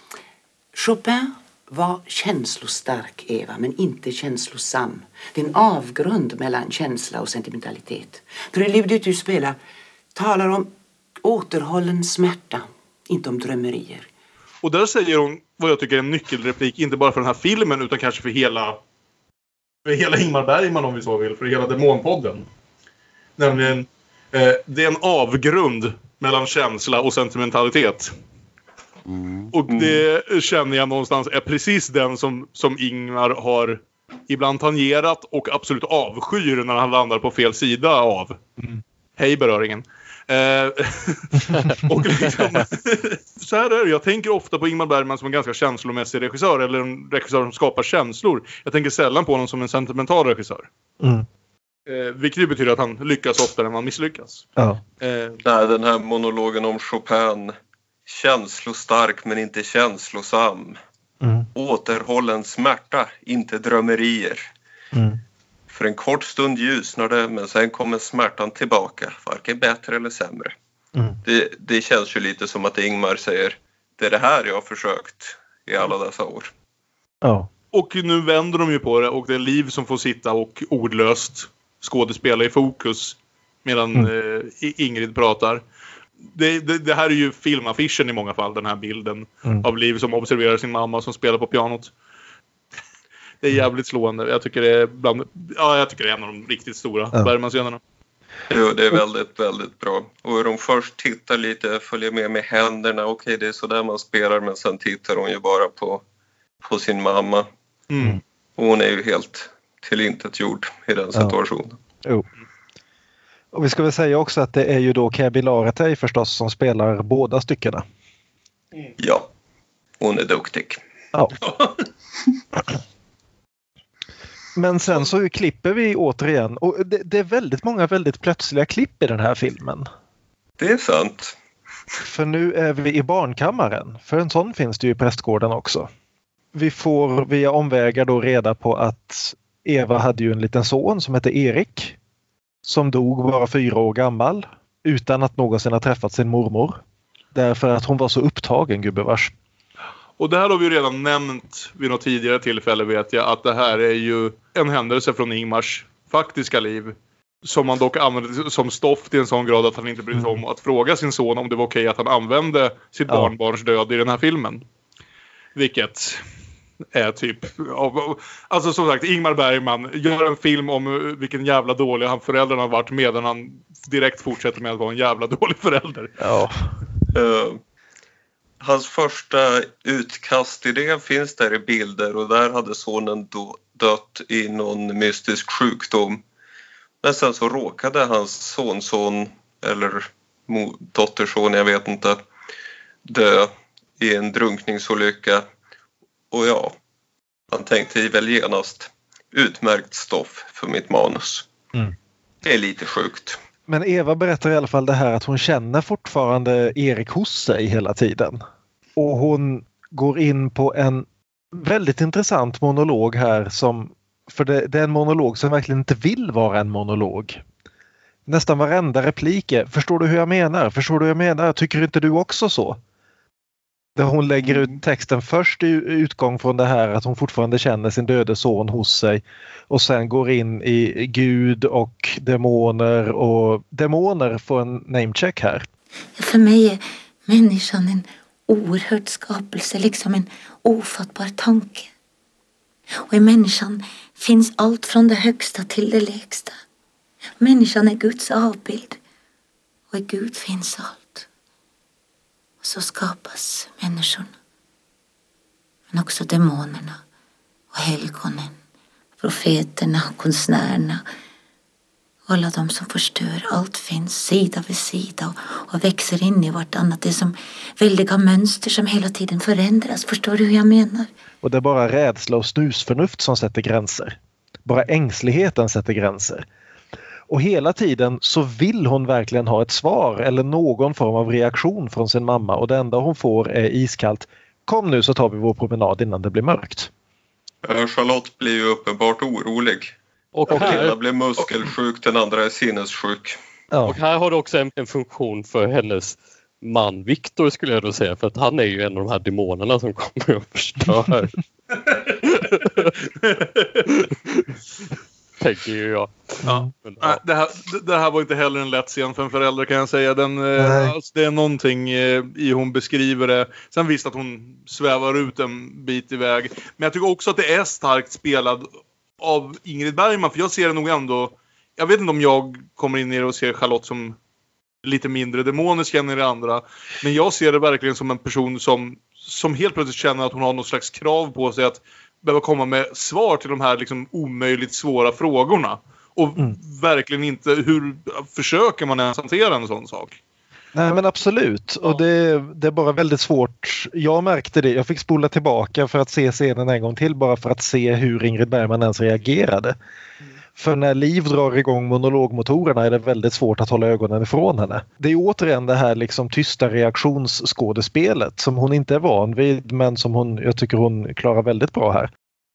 Chopin var känslostark, Eva, men inte känslosam. Det är en avgrund mellan känsla och sentimentalitet. Preludiet du spelar talar om återhållen smärta, inte om drömmerier. Och där säger hon vad jag tycker är en nyckelreplik, inte bara för den här filmen utan kanske för hela Ingmar Bergman om vi så vill, för hela Demonpodden. Nämligen, det är en avgrund mellan känsla och sentimentalitet. Och det känner jag någonstans är precis den som Ingmar har ibland tangerat och absolut avskyr när han landar på fel sida av. Hej beröringen. Och liksom, så här är det. Jag tänker ofta på Ingmar Bergman som en ganska känslomässig regissör, eller en regissör som skapar känslor. Jag tänker sällan på honom som en sentimental regissör. Vilket betyder att han lyckas oftare än man misslyckas. Den här monologen om Chopin, känslostark men inte känslosam. Återhållen smärta, inte drömmerier. För en kort stund ljusnar det, men sen kommer smärtan tillbaka. Varken bättre eller sämre. Det känns ju lite som att Ingmar säger, det är det här jag har försökt i alla dessa år. Ja. Och nu vänder de ju på det och det är Liv som får sitta och ordlöst skådespela i fokus medan Ingrid pratar. Det här är ju filmaffischen i många fall, den här bilden av Liv som observerar sin mamma som spelar på pianot. Det är jävligt slående. Jag tycker det är jag tycker det är en av de riktigt stora Bergman-scenerna. Jo, det är väldigt, väldigt bra. Och hur de först tittar lite, följer med händerna. Okej, det är så där man spelar, men sen tittar hon ju bara på sin mamma. Och hon är ju helt tillintetgjord i den situationen. Jo. Och vi ska väl säga också att det är ju då Käbi Laretei förstås som spelar båda styckena. Ja, hon är duktig. Ja. Men sen så klipper vi återigen. Och det är väldigt många väldigt plötsliga klipp i den här filmen. Det är sant. För nu är vi i barnkammaren. För en sån finns det ju i prästgården också. Vi får via omvägar då reda på att Eva hade ju en liten son som hette Erik. Som dog bara 4 år gammal. Utan att någonsin ha träffat sin mormor. Därför att hon var så upptagen, gubevars. Och det här har vi ju redan nämnt vid något tidigare tillfälle, vet jag, att det här är ju en händelse från Ingmars faktiska liv. Som man dock använde som stoff till en sån grad att han inte brydde sig om att fråga sin son om det var okej att han använde sitt barnbarns död i den här filmen. Vilket är typ... Alltså som sagt, Ingmar Bergman gör en film om vilken jävla dålig han föräldrarna har varit, medan han direkt fortsätter med att vara en jävla dålig förälder. Ja. Hans första utkastidé finns där i bilder, och där hade sonen dött i någon mystisk sjukdom. Men sen så råkade hans sonson eller dotterson, jag vet inte, dö i en drunkningsolycka. Och han tänkte väl genast, utmärkt stoff för mitt manus. Det är lite sjukt. Men Eva berättar i alla fall det här att hon känner fortfarande Erik hos sig hela tiden. Och hon går in på en väldigt intressant monolog här för det är en monolog som verkligen inte vill vara en monolog. Nästan varenda replik är, förstår du hur jag menar? Förstår du hur jag menar? Tycker inte du också så? Där hon lägger ut texten först i utgång från det här att hon fortfarande känner sin döde son hos sig. Och sen går in i Gud och demoner. Och demoner får en namecheck här. För mig är människan en oerhörd skapelse, liksom en ofattbar tanke. Och i människan finns allt från det högsta till det lägsta. Människan är Guds avbild. Och i Gud finns allt. Och så skapas människorna. Men också demonerna och helgonen, profeterna och konstnärerna. Alla de som förstör, allt finns sida vid sida och växer in i vartannat. Det är som väldiga mönster som hela tiden förändras. Förstår du hur jag menar? Och det är bara rädsla och snusförnuft som sätter gränser. Bara ängsligheten sätter gränser. Och hela tiden så vill hon verkligen ha ett svar eller någon form av reaktion från sin mamma. Och det enda hon får är iskallt. Kom nu så tar vi vår promenad innan det blir mörkt. Charlotte blir ju uppenbart orolig. Och här ena blir muskelsjuk, den andra är sinnessjuk. Ja. Och här har det också en funktion för hennes man Viktor, skulle jag då säga. För att han är ju en av de här demonerna som kommer att förstöra. Tänker ju jag. Ja. Men, det här var inte heller en lätt scen för en förälder, kan jag säga. Alltså, det är någonting i hon beskriver det. Sen visst att hon svävar ut en bit iväg. Men jag tycker också att det är starkt spelad av Ingrid Bergman. För jag ser det nog ändå... Jag vet inte om jag kommer in i det och ser Charlotte som lite mindre demonisk än i det andra. Men jag ser det verkligen som en person som helt plötsligt känner att hon har något slags krav på sig att behöva komma med svar till de här liksom omöjligt svåra frågorna. Och verkligen inte, hur försöker man ens hantera en sån sak? Nej, men absolut. Och det är bara väldigt svårt. Jag märkte det. Jag fick spola tillbaka för att se scenen en gång till, bara för att se hur Ingrid Bergman ens reagerade. För när Liv drar igång monologmotorerna är det väldigt svårt att hålla ögonen ifrån henne. Det är återigen det här liksom tysta reaktionsskådespelet som hon inte är van vid, men som jag tycker hon klarar väldigt bra här.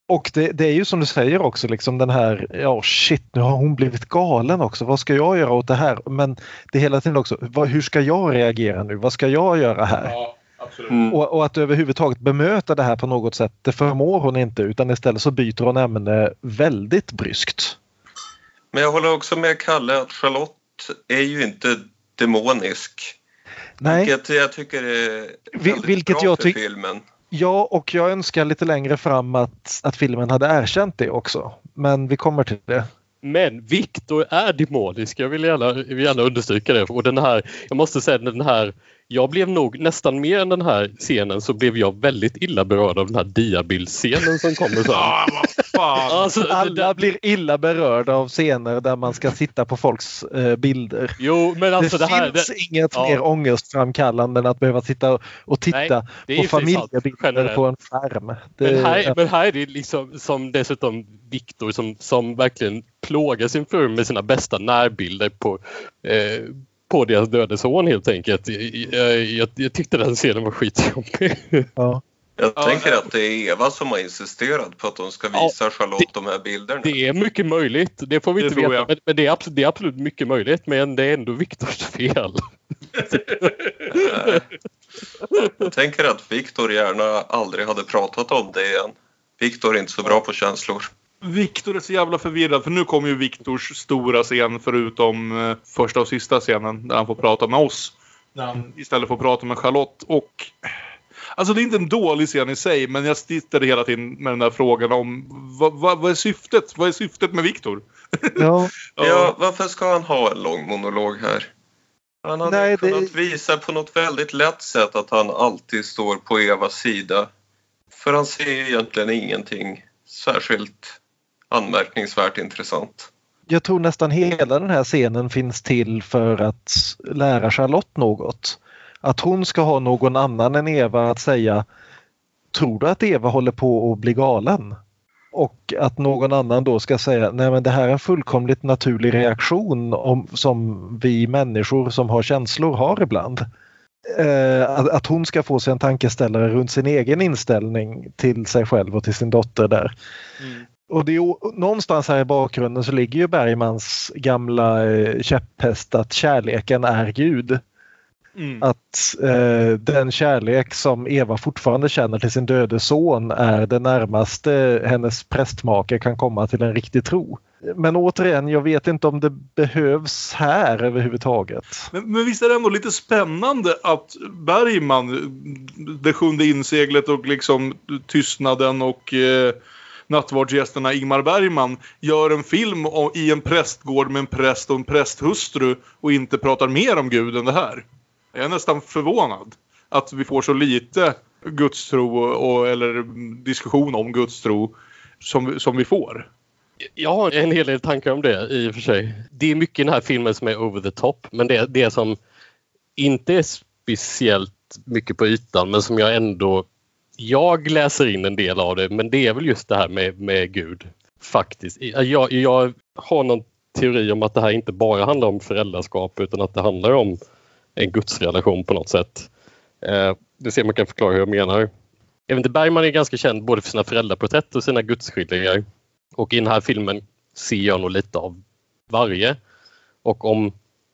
Och det är ju som du säger också liksom den här, nu har hon blivit galen också. Vad ska jag göra åt det här? Men det är hela tiden också, hur ska jag reagera nu? Vad ska jag göra här? Ja, absolut. Och att överhuvudtaget bemöta det här på något sätt, det förmår hon inte, utan istället så byter hon ämne väldigt bryskt. Men jag håller också med Kalle att Charlotte är ju inte demonisk. Nej. Vilket jag tycker är väldigt bra för filmen. Ja, och jag önskar lite längre fram att filmen hade erkänt det också. Men vi kommer till det. Men Victor är demonisk. Jag vill gärna understryka det. Och den här, jag måste säga jag blev nog nästan mer än den här scenen så blev jag väldigt illa berörd av den här diabildscenen som kommer sen. Vad fan. Alltså, alla blir illa berörda av scener där man ska titta på folks bilder. Jo, men alltså det finns inget mer ångestframkallande än att behöva sitta och titta på familjebilder på en skärm. Men här är det liksom som dessutom Victor som verkligen plågar sin fru med sina bästa närbilder på deras döde son helt enkelt. Jag tyckte den scenen var skitjobbig. Ja. Jag tänker att det är Eva som har insisterat på att de ska visa Charlotte de här bilderna. Det är mycket möjligt. Det får vi inte veta. Men det är absolut mycket möjligt. Men det är ändå Victors fel. Jag tänker att Victor gärna aldrig hade pratat om det igen. Victor är inte så bra på känslor. Victor är så jävla förvirrad, för nu kommer ju Victors stora scen förutom första och sista scenen där han får prata med oss. När han istället får prata med Charlotte. Och alltså det är inte en dålig scen i sig, men jag tittade hela tiden med den där frågan om vad är syftet? Vad är syftet med Victor? Ja, varför ska han ha en lång monolog här? Han hade kunnat visa på något väldigt lätt sätt att han alltid står på Evas sida. För han ser ju egentligen ingenting särskilt anmärkningsvärt intressant. Jag tror nästan hela den här scenen finns till för att lära Charlotte något. Att hon ska ha någon annan än Eva att säga, tror du att Eva håller på att bli galen? Och att någon annan då ska säga, nej men det här är en fullkomligt naturlig reaktion som vi människor som har känslor har ibland. Att hon ska få sig en tankeställare runt sin egen inställning till sig själv och till sin dotter där. Och det är någonstans här i bakgrunden så ligger ju Bergmans gamla käpphäst att kärleken är Gud. Att den kärlek som Eva fortfarande känner till sin döde son är det närmaste hennes prästmake kan komma till en riktig tro. Men återigen, jag vet inte om det behövs här överhuvudtaget. Men visst är det ändå lite spännande att Bergman, det sjunde inseglet och liksom tystnaden och nattvardsgästerna Ingmar Bergman gör en film i en prästgård med en präst och en prästhustru och inte pratar mer om Gud än det här. Jag är nästan förvånad att vi får så lite gudstro eller diskussion om gudstro som vi får. Jag har en hel del tankar om det i och för sig. Det är mycket i den här filmen som är over the top, men det som inte är speciellt mycket på ytan men som jag läser in en del av det, men det är väl just det här med Gud faktiskt. Jag har någon teori om att det här inte bara handlar om föräldraskap utan att det handlar om en gudsrelation på något sätt. Det ser man kan förklara hur jag menar. Även Bergman är ganska känd både för sina föräldraporträtt och sina gudsskildringar. Och i den här filmen ser jag nog lite av varje. Och om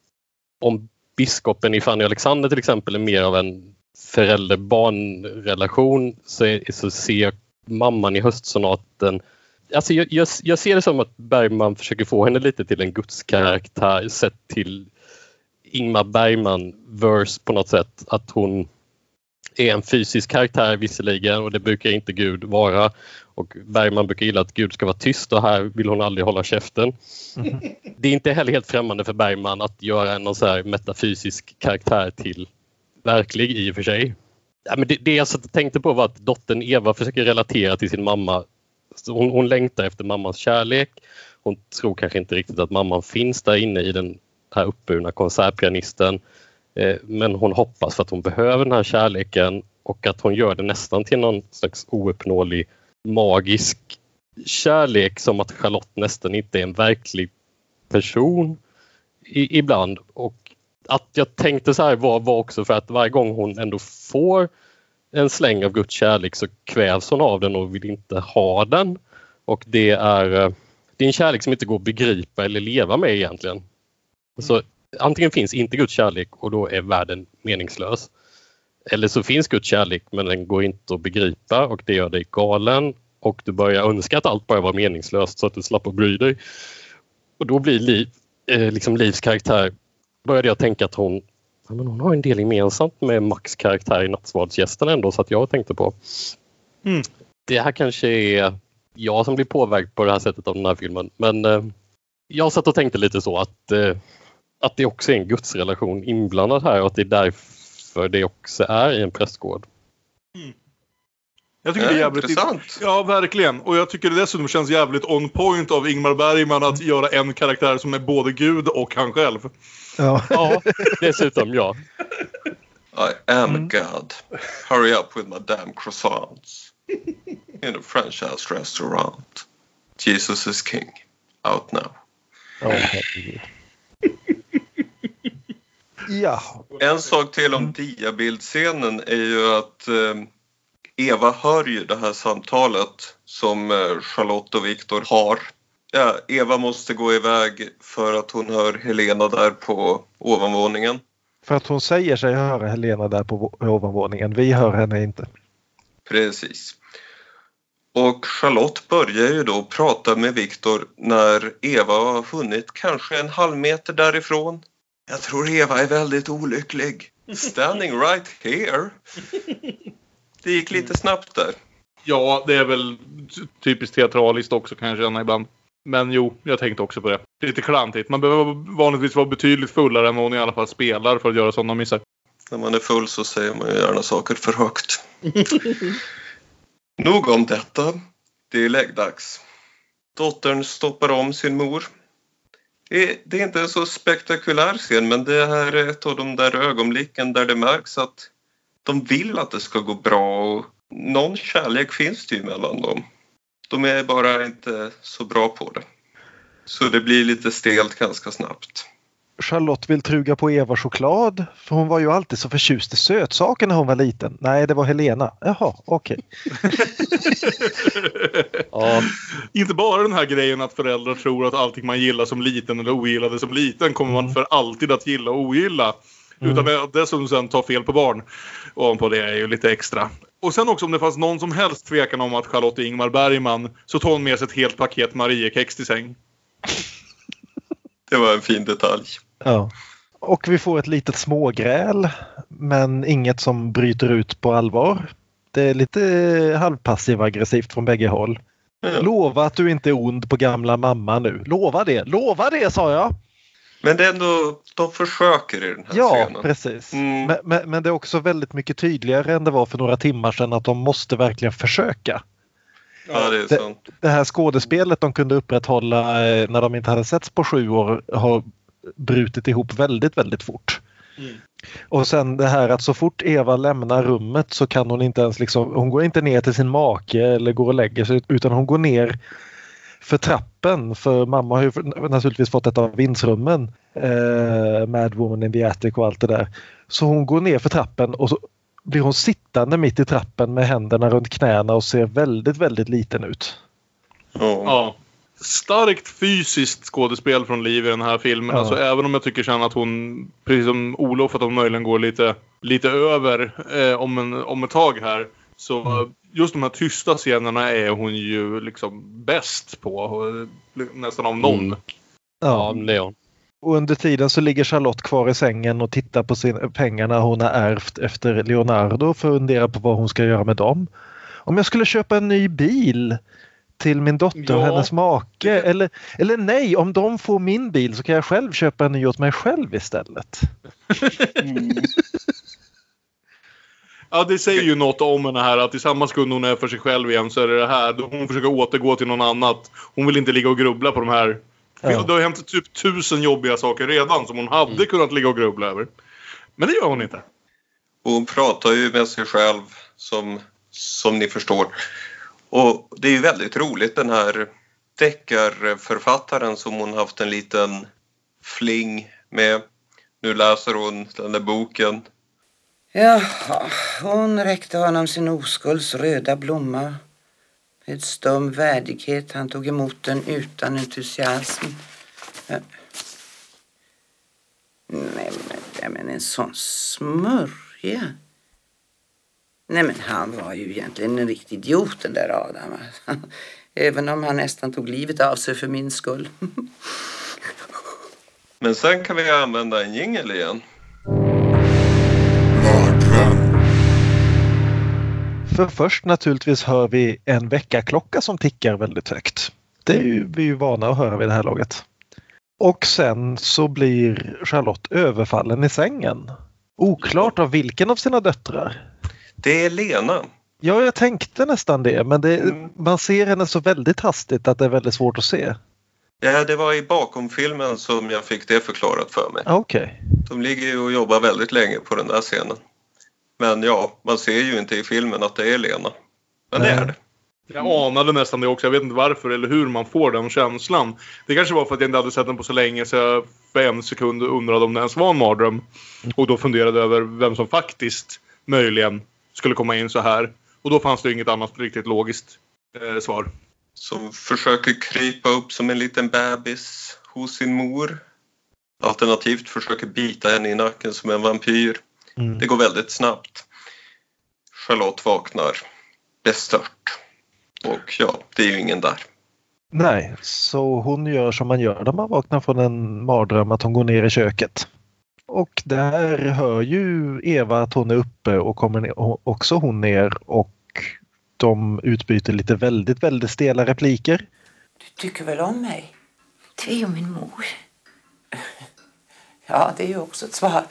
biskopen i Fanny Alexander till exempel är mer av en förälder-barn-relation så ser mamman i Höstsonaten. Alltså jag ser det som att Bergman försöker få henne lite till en gudskaraktär sett till Ingmar Bergman-verse på något sätt. Att hon är en fysisk karaktär visserligen och det brukar inte Gud vara. Och Bergman brukar gilla att Gud ska vara tyst och här vill hon aldrig hålla käften. Det är inte heller helt främmande för Bergman att göra en så här metafysisk karaktär till verklig i och för sig. Ja, men det jag tänkte på var att dottern Eva försöker relatera till sin mamma. Hon längtar efter mammans kärlek. Hon tror kanske inte riktigt att mamman finns där inne i den här uppburna konsertpianisten. Men hon hoppas för att hon behöver den här kärleken och att hon gör det nästan till någon slags ouppnåelig magisk kärlek som att Charlotte nästan inte är en verklig person ibland. Och att jag tänkte så här var också för att varje gång hon ändå får en släng av Guds kärlek så kvävs hon av den och vill inte ha den. Och det är en kärlek som inte går att begripa eller leva med egentligen. Så antingen finns inte Guds kärlek och då är världen meningslös. Eller så finns Guds kärlek men den går inte att begripa och det gör dig galen. Och du börjar önska att allt bara var meningslöst så att du slapp att bry dig. Och då blir Livs karaktär, började jag tänka att hon har en del gemensamt med Max karaktär i Nattvardsgästen ändå, så att jag tänkte på. Det här kanske är jag som blir påverkad på det här sättet av den här filmen. Men jag satt och tänkte lite så att det också är en gudsrelation inblandad här och att det är därför det också är i en prästgård. Jag tycker det är jävligt intressant. Ja, verkligen. Och jag tycker det dessutom känns jävligt on point av Ingmar Bergman att göra en karaktär som är både Gud och han själv. Ja, dessutom ja. I am God. Hurry up with my damn croissants. In a French house restaurant. Jesus is king. Out now. Ja. En sak till om diabildscenen är ju att Eva hör ju det här samtalet som Charlotte och Viktor har. Ja, Eva måste gå iväg för att hon hör Helena där på ovanvåningen. För att hon säger sig höra Helena där på ovanvåningen. Vi hör henne inte. Precis. Och Charlotte börjar ju då prata med Viktor när Eva har hunnit kanske en halv meter därifrån. Jag tror Eva är väldigt olycklig. Standing right here. Det gick lite snabbt där. Ja, det är väl typiskt teatraliskt också kan jag känna ibland. Men jo, jag tänkte också på det. Lite klantigt. Man behöver vanligtvis vara betydligt fullare än vad hon i alla fall spelar för att göra sådana missar. När man är full så säger man ju gärna saker för högt. Nog om detta. Det är läggdags. Dottern stoppar om sin mor. Det är inte en så spektakulär scen, men det här är ett av de där ögonblicken där det märks att de vill att det ska gå bra och någon kärlek finns det ju mellan dem. De är bara inte så bra på det. Så det blir lite stelt ganska snabbt. Charlotte vill truga på Eva choklad. För hon var ju alltid så förtjust i sötsaker när hon var liten. Nej, det var Helena. Jaha, okej. Ja. Inte bara den här grejen att föräldrar tror att allting man gillar som liten eller ogillade som liten kommer man för alltid att gilla och ogilla. Utan att dessutom sen ta fel på barn. Ovanpå det är ju lite extra. Och sen också om det fanns någon som helst tvekan om att Charlotte är Ingmar Bergman så tar hon med sig ett helt paket Mariekex till säng. Det var en fin detalj. Ja. Och vi får ett litet smågräl men inget som bryter ut på allvar. Det är lite halvpassiv-aggressivt från bägge håll. Lova att du inte är ond på gamla mamma nu. Lova det sa jag. Men det är ändå, de försöker i den här scenen. Ja, precis. Men det är också väldigt mycket tydligare än det var för några timmar sedan att de måste verkligen försöka. Ja, det är sant. Det här skådespelet de kunde upprätthålla när de inte hade setts på 7 år har brutit ihop väldigt, väldigt fort. Och sen det här att så fort Eva lämnar rummet så kan hon inte ens hon går inte ner till sin make eller går och lägger sig utan hon går ner för trappen, för mamma har ju naturligtvis fått ett av vindsrummen, Mad Woman in the Attic och allt det där. Så hon går ner för trappen och så blir hon sittande mitt i trappen med händerna runt knäna och ser väldigt, väldigt liten ut. Ja. Starkt fysiskt skådespel från Liv i den här filmen. Alltså, även om jag tycker sen att hon, precis som Olof, att hon möjligen går lite över om ett tag här. Så just de här tysta scenerna är hon ju liksom bäst på. Nästan av någon. Ja, det är hon. Och under tiden så ligger Charlotte kvar i sängen och tittar på pengarna hon har ärvt efter Leonardo för att fundera på vad hon ska göra med dem. Om jag skulle köpa en ny bil till min dotter och hennes make. Eller nej, om de får min bil så kan jag själv köpa en ny åt mig själv istället. Ja, det säger ju något om henne här att i samma sekund hon är för sig själv igen så är det här. Hon försöker återgå till någon annat. Hon vill inte ligga och grubbla på de här. Ja. Det har hänt typ 1000 jobbiga saker redan som hon hade kunnat ligga och grubbla över. Men det gör hon inte. Hon pratar ju med sig själv som ni förstår. Och det är ju väldigt roligt den här deckarförfattaren som hon haft en liten fling med. Nu läser hon den där boken. Jaha, hon räckte honom sin oskulds röda blomma. Med stum värdighet han tog emot den utan entusiasm. Nej, men en sån smörja. Nej, men han var ju egentligen en riktig idiot, den där Adam. Även om han nästan tog livet av sig för min skull. Men sen kan vi använda en jingle igen. För först naturligtvis hör vi en väckarklocka som tickar väldigt högt. Det är ju, vi är ju vana att höra vid det här laget. Och sen så blir Charlotte överfallen i sängen. Oklart av vilken av sina döttrar. Det är Lena. Ja, jag tänkte nästan det. Men man ser henne så väldigt hastigt att det är väldigt svårt att se. Ja, det var i bakomfilmen som jag fick det förklarat för mig. Okej. De ligger ju och jobbar väldigt länge på den där scenen. Men ja, man ser ju inte i filmen att det är Lena. Men det är det. Jag anade nästan det också. Jag vet inte varför eller hur man får den känslan. Det kanske var för att jag inte hade sett den på så länge så jag för en sekund undrade om det ens var en mardröm. Och då funderade över vem som faktiskt möjligen skulle komma in så här. Och då fanns det inget annat riktigt logiskt svar. Som försöker krypa upp som en liten bebis hos sin mor. Alternativt försöker bita henne i nacken som en vampyr. Det går väldigt snabbt. Charlotte vaknar bestört. Och ja, det är ju ingen där. Nej, så hon gör som man gör när man vaknar från en mardröm, att hon går ner i köket. Och där hör ju Eva att hon är uppe och kommer ner, också hon ner, och de utbyter lite väldigt, väldigt stela repliker. Du tycker väl om mig? Du är ju min mor. Ja, det är ju också ett svar.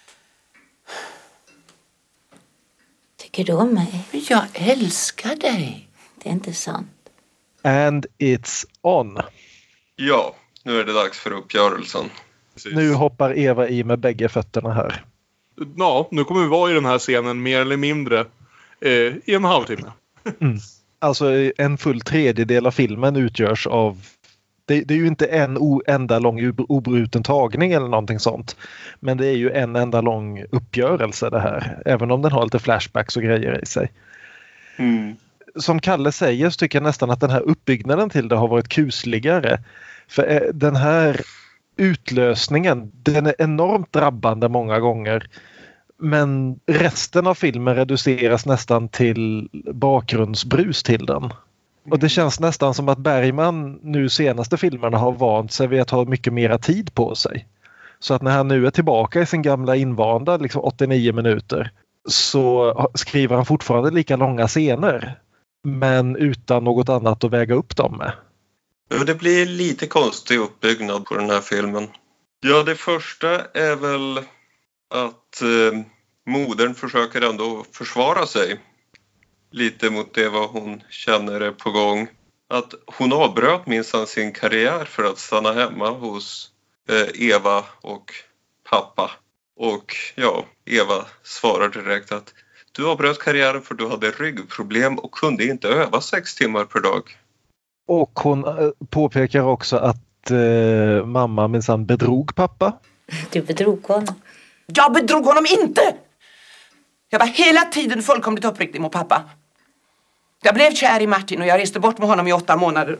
Tycker du om mig? Men jag älskar dig. Det är inte sant. And it's on. Ja, nu är det dags för uppgörelsen. Precis. Nu hoppar Eva i med bägge fötterna här. Ja, nu kommer vi vara i den här scenen mer eller mindre i en halvtimme. Alltså en full tredjedel av filmen utgörs av... Det är ju inte en enda lång obruten tagning eller någonting sånt. Men det är ju en enda lång uppgörelse det här. Även om den har lite flashbacks och grejer i sig. Som Kalle säger så tycker jag nästan att den här uppbyggnaden till det har varit kusligare. För den här utlösningen, den är enormt drabbande många gånger. Men resten av filmen reduceras nästan till bakgrundsbrus till den. Och det känns nästan som att Bergman nu senaste filmerna har vant sig vid att ha mycket mera tid på sig. Så att när han nu är tillbaka i sin gamla invanda, liksom 89 minuter, så skriver han fortfarande lika långa scener. Men utan något annat att väga upp dem med. Ja, det blir lite konstig uppbyggnad på den här filmen. Ja, det första är väl att modern försöker ändå försvara sig. Lite mot det vad hon känner är på gång. Att hon avbröt minsann sin karriär för att stanna hemma hos Eva och pappa. Och ja, Eva svarar direkt att du avbröt karriären för du hade ryggproblem och kunde inte öva 6 timmar per dag. Och hon påpekar också att mamma minsann bedrog pappa. Du bedrog honom. Jag bedrog honom inte! Jag var hela tiden fullkomligt uppriktig mot pappa. Jag blev kär i Martin och jag reste bort med honom i 8 månader.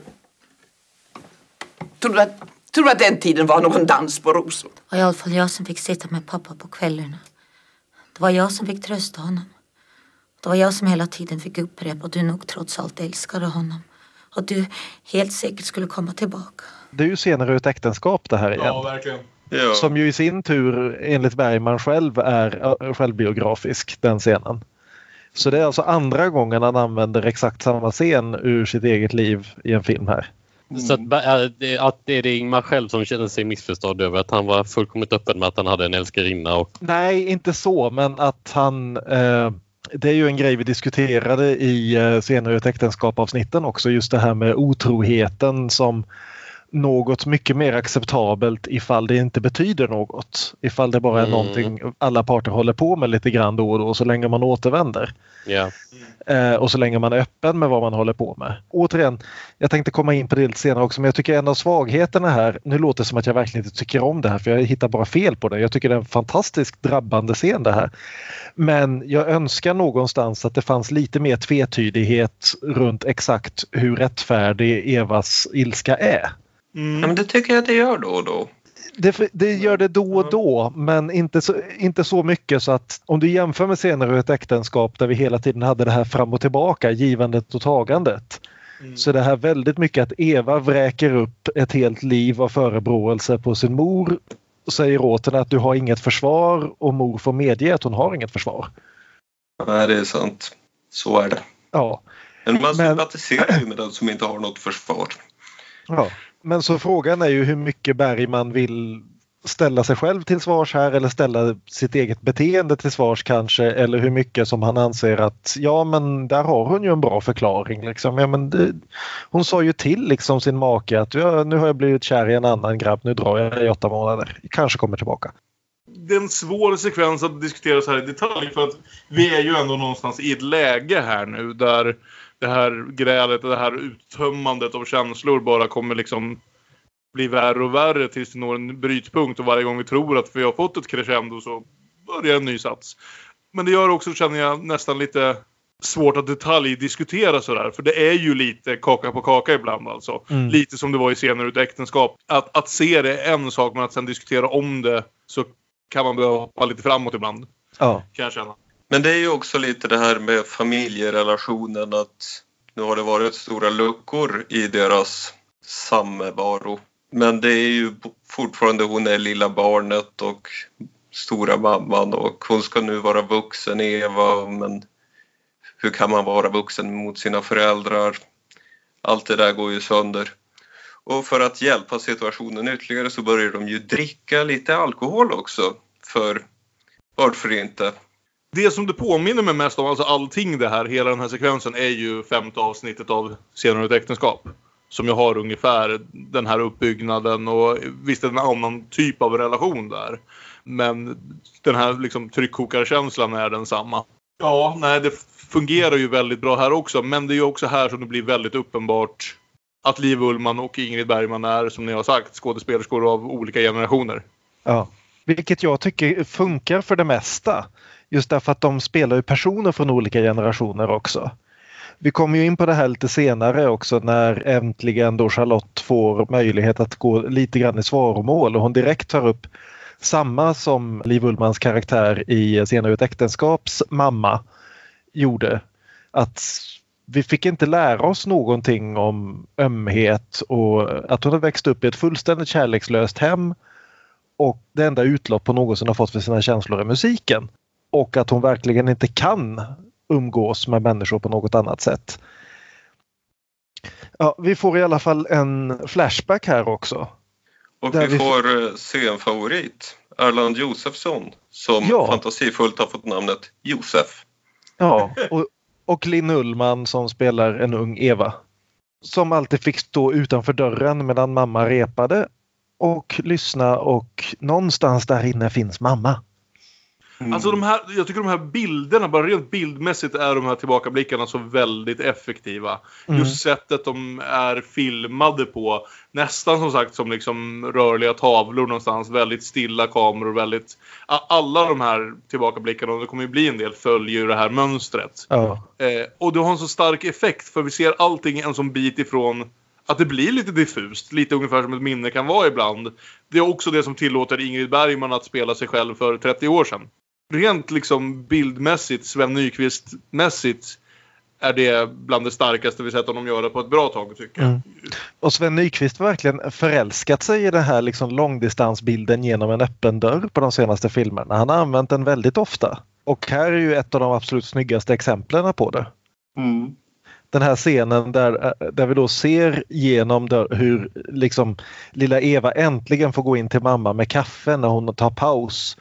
Tror du att den tiden var någon dans på rosor? Det var i alla fall jag som fick sitta med pappa på kvällarna. Det var jag som fick trösta honom. Det var jag som hela tiden fick upprepa att du nog trots allt älskade honom. Och du helt säkert skulle komma tillbaka. Det är ju senare ett äktenskap det här igen. Ja, verkligen. Ja. Som ju i sin tur enligt Bergman själv är självbiografisk, den scenen. Så det är alltså andra gången han använder exakt samma scen ur sitt eget liv i en film här. Så att det är det Ingmar själv som känner sig missförstådd över att han var fullkomligt öppen med att han hade en älskarinna? Och... Nej, inte så, men att han... det är ju en grej vi diskuterade i senare ett äktenskap-avsnitten också. Just det här med otroheten som något mycket mer acceptabelt ifall det inte betyder något. Ifall det bara är någonting alla parter håller på med lite grann då och då så länge man återvänder. Yeah. Och så länge man är öppen med vad man håller på med. Återigen, jag tänkte komma in på det lite senare också, men jag tycker en av svagheterna här, nu låter det som att jag verkligen inte tycker om det här för jag hittar bara fel på det. Jag tycker det är en fantastiskt drabbande scen det här. Men jag önskar någonstans att det fanns lite mer tvetydighet runt exakt hur rättfärdig Evas ilska är. Ja, men det tycker jag det gör då och då. Det gör det då och då, men inte så mycket så att om du jämför med senare ett äktenskap där vi hela tiden hade det här fram och tillbaka, givandet och tagandet. Så är det här väldigt mycket att Eva vräker upp ett helt liv av förebråelse på sin mor och säger åt henne att du har inget försvar och mor får medge att hon har inget försvar. Nej, det är sant. Så är det. Ja. Men man sympatiserar ju med den som inte har något försvar. Ja. Men så frågan är ju hur mycket Bergman vill ställa sig själv till svars här eller ställa sitt eget beteende till svars kanske, eller hur mycket som han anser att ja men där har hon ju en bra förklaring liksom. Ja, men hon sa ju till liksom sin make att nu har jag blivit kär i en annan grabb, nu drar jag i 8 månader, kanske kommer tillbaka. Det är en svår sekvens att diskutera så här i detalj för att vi är ju ändå någonstans i ett läge här nu där det här grälet och det här uttömmandet av känslor bara kommer liksom bli värre och värre tills det når en brytpunkt och varje gång vi tror att vi har fått ett crescendo så börjar en ny sats. Men det gör också, känner jag, nästan lite svårt att detaljdiskutera sådär. För det är ju lite kaka på kaka ibland alltså. Lite som det var i scener ut äktenskap. Att se det är en sak, men att sen diskutera om det så kan man behöva hoppa lite framåt ibland. Ja. Kan jag känna. Men det är ju också lite det här med familjerelationen att nu har det varit stora luckor i deras samvaro. Men det är ju fortfarande hon är lilla barnet och stora mamman och hon ska nu vara vuxen Eva, men hur kan man vara vuxen mot sina föräldrar? Allt det där går ju sönder. Och för att hjälpa situationen ytterligare så börjar de ju dricka lite alkohol också. För varför inte? Det som det påminner mig mest om, alltså allting det här, hela den här sekvensen är ju 5:e avsnittet av Scener ett äktenskap. Som jag har ungefär den här uppbyggnaden och visst är det en annan typ av relation där. Men den här liksom tryckkokarkänslan är densamma. Ja, nej det fungerar ju väldigt bra här också. Men det är ju också här som det blir väldigt uppenbart att Liv Ullmann och Ingrid Bergman är, som ni har sagt, skådespelerskor av olika generationer. Ja, vilket jag tycker funkar för det mesta. Just därför att de spelar ju personer från olika generationer också. Vi kommer ju in på det här lite senare också när äntligen då Charlotte får möjlighet att gå lite grann i svaromål och hon direkt tar upp samma som Liv Ullmanns karaktär i Scener ett äktenskaps mamma gjorde. Att vi fick inte lära oss någonting om ömhet och att hon har växt upp i ett fullständigt kärlekslöst hem och det enda utlopp på något som har fått för sina känslor är musiken. Och att hon verkligen inte kan umgås med människor på något annat sätt. Ja, vi får i alla fall en flashback här också. Och vi får se en favorit. Erland Josephson som fantasifullt har fått namnet Josef. Ja, och Linn Ullmann som spelar en ung Eva. Som alltid fick stå utanför dörren medan mamma repade och lyssna och någonstans där inne finns mamma. Alltså jag tycker de här bilderna, bara rent bildmässigt är de här tillbakablickarna så väldigt effektiva. Just sättet de är filmade på, nästan som sagt som liksom rörliga tavlor någonstans, väldigt stilla kameror, väldigt alla de här tillbakablickarna, och det kommer ju bli en del, följer ju det här mönstret. Och det har en så stark effekt för vi ser allting en som bit ifrån att det blir lite diffust, lite ungefär som ett minne kan vara ibland. Det är också det som tillåter Ingrid Bergman att spela sig själv för 30 år sedan. Rent liksom bildmässigt, Sven Nykvist-mässigt är det bland det starkaste vi sett honom göra på ett bra tag, tycker jag. Och Sven Nykvist har verkligen förälskat sig i den här liksom långdistansbilden genom en öppen dörr på de senaste filmerna. Han har använt den väldigt ofta. Och här är ju ett av de absolut snyggaste exemplen på det. Den här scenen där vi då ser genom hur liksom lilla Eva äntligen får gå in till mamma med kaffe när hon tar paus.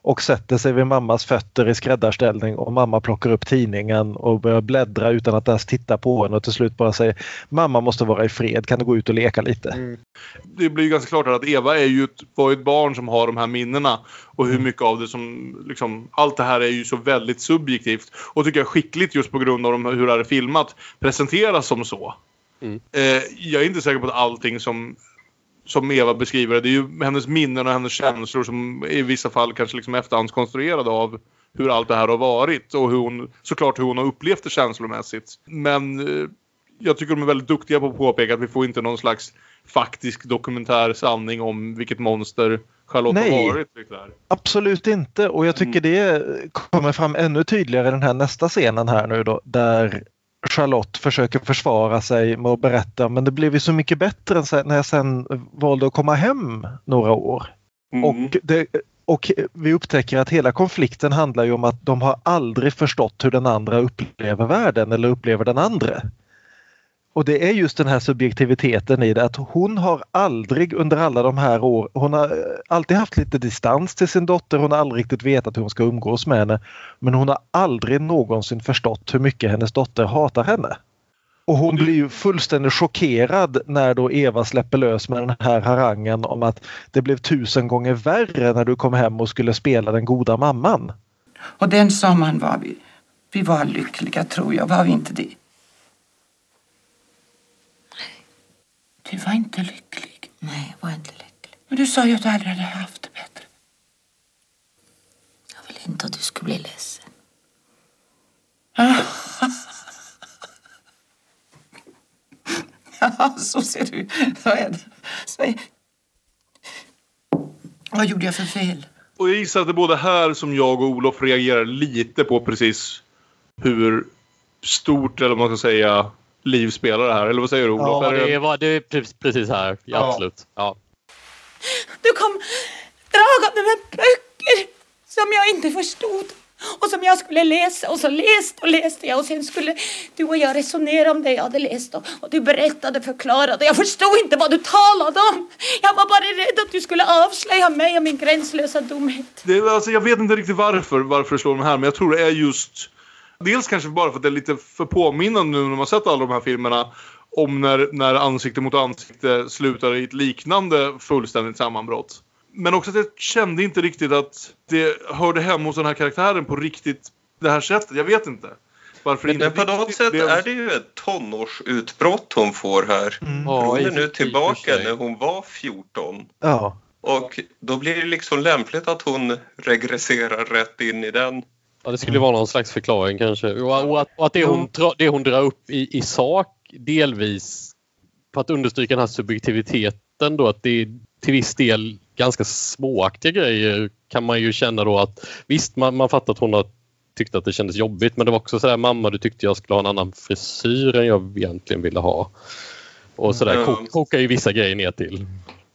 och sätter sig vid mammas fötter i skräddarställning och mamma plockar upp tidningen och börjar bläddra utan att ens titta på henne och till slut bara säger mamma måste vara i fred, kan du gå ut och leka lite? Det blir ju ganska klart att Eva var ju ett barn som har de här minnena och hur mycket av det som liksom, allt det här är ju så väldigt subjektivt och tycker jag skickligt just på grund av hur det är filmat presenteras som så. Jag är inte säker på att allting som Eva beskriver det är ju hennes minnen och hennes känslor som i vissa fall kanske liksom efterhandskonstruerade av hur allt det här har varit och hur hon har upplevt det känslomässigt. Men jag tycker de är väldigt duktiga på att påpeka att vi får inte någon slags faktisk dokumentär sanning om vilket monster Charlotte har varit. Absolut inte, och jag tycker det kommer fram ännu tydligare i den här nästa scenen här nu då, där Charlotte försöker försvara sig med att berätta, men det blev ju så mycket bättre när jag sen valde att komma hem några år. Och vi upptäcker att hela konflikten handlar ju om att de har aldrig förstått hur den andra upplever världen eller upplever den andra. Och det är just den här subjektiviteten i det, att hon har aldrig under alla de här år, hon har alltid haft lite distans till sin dotter, hon har aldrig riktigt vetat hur hon ska umgås med henne, men hon har aldrig någonsin förstått hur mycket hennes dotter hatar henne. Och hon blir ju fullständigt chockerad när då Eva släpper lös med den här harangen om att det blev 1000 gånger värre när du kom hem och skulle spela den goda mamman. Och den sommaren var vi var lyckliga, tror jag, var vi inte det? Du var inte lycklig. Nej, jag var inte lycklig. Men du sa ju att du aldrig hade haft det bättre. Jag ville inte att du skulle bli ledsen. Ja, så ser du. Så är det. Vad gjorde jag för fel? Och jag gissar att det är både här som jag och Olof reagerar lite på precis hur stort, eller vad man ska säga, Liv spelar det här. Eller vad säger du, Olof? Ja, det är precis här. Ja, absolut. Ja. Du kom dragande med böcker som jag inte förstod och som jag skulle läsa, och så läste jag och sen skulle du och jag resonera om det jag hade läst och du berättade, förklarade. Jag förstod inte vad du talade om. Jag var bara rädd att du skulle avslöja mig och min gränslösa dumhet. Jag vet inte riktigt varför det slår de här, men jag tror det är just dels kanske bara för att det är lite för påminnande nu när man sett alla de här filmerna om när ansikte mot ansikte slutar i ett liknande fullständigt sammanbrott. Men också att jag kände inte riktigt att det hörde hemma hos den här karaktären på riktigt det här sättet. Jag vet inte. Varför men inte på något sätt är det ju ett tonårsutbrott hon får här. Hon är nu tillbaka när hon var 14. Ja. Och då blir det liksom lämpligt att hon regresserar rätt in i den. Ja, det skulle vara någon slags förklaring kanske. Och att det hon drar upp i sak delvis på att understryka den här subjektiviteten då, att det är till viss del ganska småaktiga grejer, kan man ju känna då att visst, man fattar att hon har tyckt att det kändes jobbigt, men det var också sådär, mamma, du tyckte jag skulle ha en annan frisyr än jag egentligen ville ha. Och sådär kokar ju vissa grejer ner till.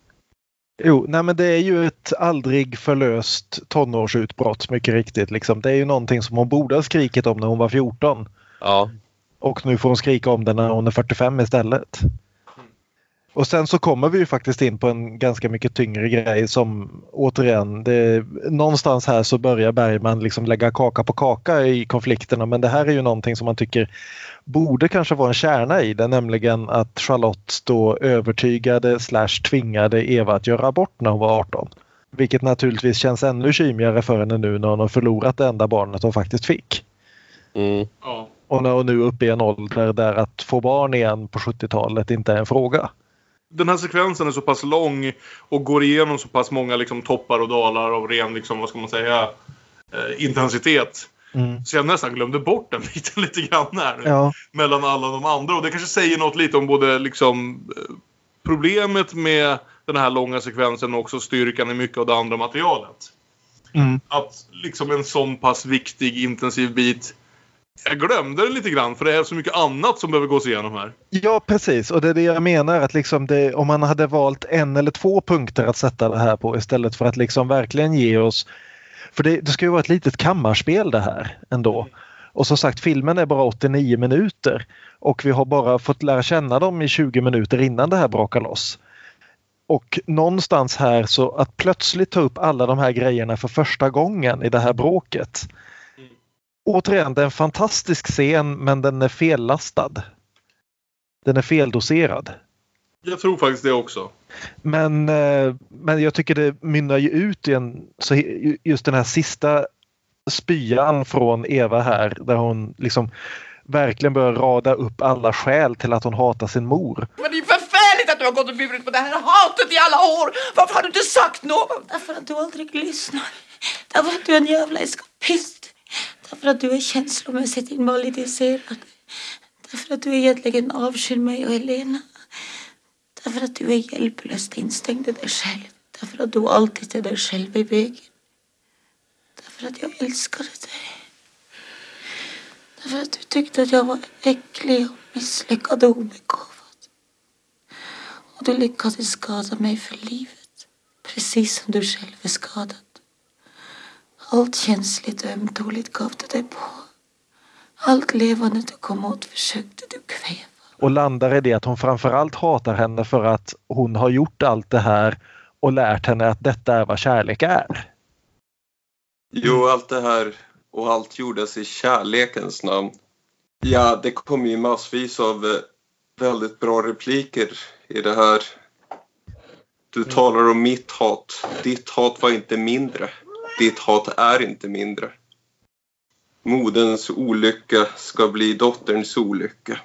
Jo, nej men det är ju ett aldrig förlöst tonårsutbrott, mycket riktigt. Liksom. Det är ju någonting som hon borde ha skrikit om när hon var 14. Ja. Och nu får hon skrika om det när hon är 45 istället. Och sen så kommer vi ju faktiskt in på en ganska mycket tyngre grej som återigen, någonstans här så börjar Bergman liksom lägga kaka på kaka i konflikterna, men det här är ju någonting som man tycker borde kanske vara en kärna i det, nämligen att Charlotte då övertygade / tvingade Eva att göra abort när hon var 18. Vilket naturligtvis känns ännu kymigare för henne nu när hon har förlorat det enda barnet hon faktiskt fick. Och när hon nu är uppe i en ålder där att få barn igen på 70-talet inte är en fråga. Den här sekvensen är så pass lång och går igenom så pass många liksom toppar och dalar av ren liksom, vad ska man säga, intensitet. Så jag nästan glömde bort den biten lite grann här nu, mellan alla de andra. Och det kanske säger något lite om både liksom problemet med den här långa sekvensen och också styrkan i mycket av det andra materialet. Att liksom en sån pass viktig, intensiv bit, jag glömde det lite grann för det är så mycket annat som behöver gås igenom här. Ja, precis. Och det är det jag menar, att liksom om man hade valt 1 eller 2 punkter att sätta det här på istället för att liksom verkligen ge oss, för det ska ju vara ett litet kammarspel det här ändå. Och som sagt, filmen är bara 89 minuter och vi har bara fått lära känna dem i 20 minuter innan det här brakar loss. Och någonstans här så att plötsligt ta upp alla de här grejerna för första gången i det här bråket. Återigen, det är en fantastisk scen, men den är fellastad. Den är feldoserad. Jag tror faktiskt det också. Men jag tycker det mynnar ju ut i just den här sista spyan från Eva här, där hon liksom verkligen börjar rada upp alla skäl till att hon hatar sin mor. Men det är förfärligt att du har gått och burit på det här hatet i alla år. Varför har du inte sagt något? Därför att du aldrig lyssnar. Därför att du är en jävla eskapist. Därför att du är känslomässigt invalidiserad. Därför att du egentligen avskyr mig och Helena. Därför att du är hjälplöst instängd i dig själv. Därför att du alltid är dig själv i vägen. Därför att jag älskade dig. Därför att du tyckte att jag var äcklig och misslyckad och obegåvad. Och du lyckades skada mig för livet. Precis som du själv är skadad. Allt känsligt och ömtåligt gav du dig på. Allt levande du kom åt försökte du kväva. Och landar i det att hon framförallt hatar henne för att hon har gjort allt det här och lärt henne att detta är vad kärlek är. Jo, allt det här och allt gjordes i kärlekens namn. Ja, det kom ju massvis av väldigt bra repliker i det här. Du talar om mitt hat. Ditt hat var inte mindre. Ditt hat är inte mindre. Moderns olycka ska bli dotterns olycka.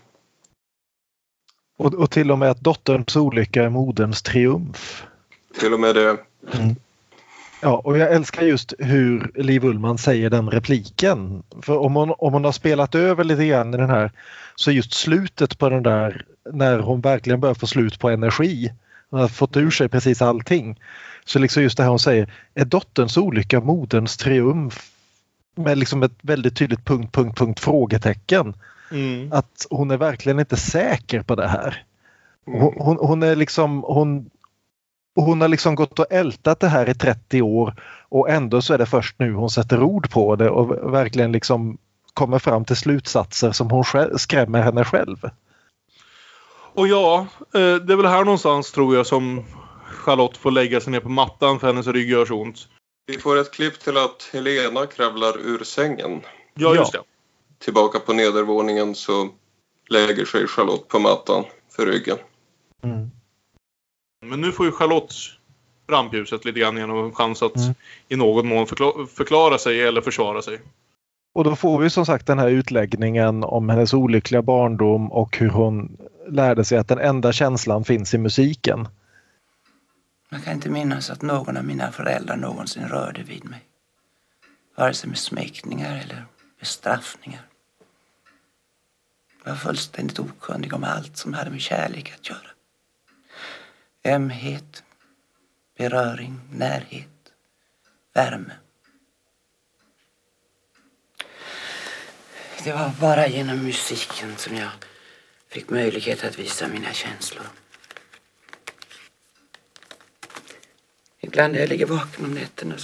Och till och med att dotterns olycka är moderns triumf. Till och med det. Mm. Ja, och jag älskar just hur Liv Ullmann säger den repliken. För om hon har spelat över lite grann i den här, så just slutet på den där, när hon verkligen börjar få slut på energi, hon har fått ur sig precis allting, så liksom just det här hon säger, är dotterns olycka moderns triumf, med liksom ett väldigt tydligt punkt frågetecken. Att hon är verkligen inte säker på det här. Hon är liksom hon har liksom gått och ältat det här i 30 år, och ändå så är det först nu hon sätter ord på det och verkligen liksom kommer fram till slutsatser som hon skrämmer henne själv. Och ja, det är väl här någonstans tror jag som Charlotte får lägga sig ner på mattan för hennes rygg gör så ont. Vi får ett klipp till att Helena kravlar ur sängen. Ja, just det. Tillbaka på nedervåningen så lägger sig Charlotte på mattan för ryggen. Mm. Men nu får ju Charlotte rampljuset lite grann genom en chans att i någon mån förklara sig eller försvara sig. Och då får vi som sagt den här utläggningen om hennes olyckliga barndom och hur hon lärde sig att den enda känslan finns i musiken. Jag kan inte minnas att någon av mina föräldrar någonsin rörde vid mig. Vare sig med smekningar eller bestraffningar. Jag var fullständigt okunnig om allt som hade med kärlek att göra. Ömhet, beröring, närhet, värme. Det var bara genom musiken som jag fick möjlighet att visa mina känslor. Ibland när jag ligger vaken om nätterna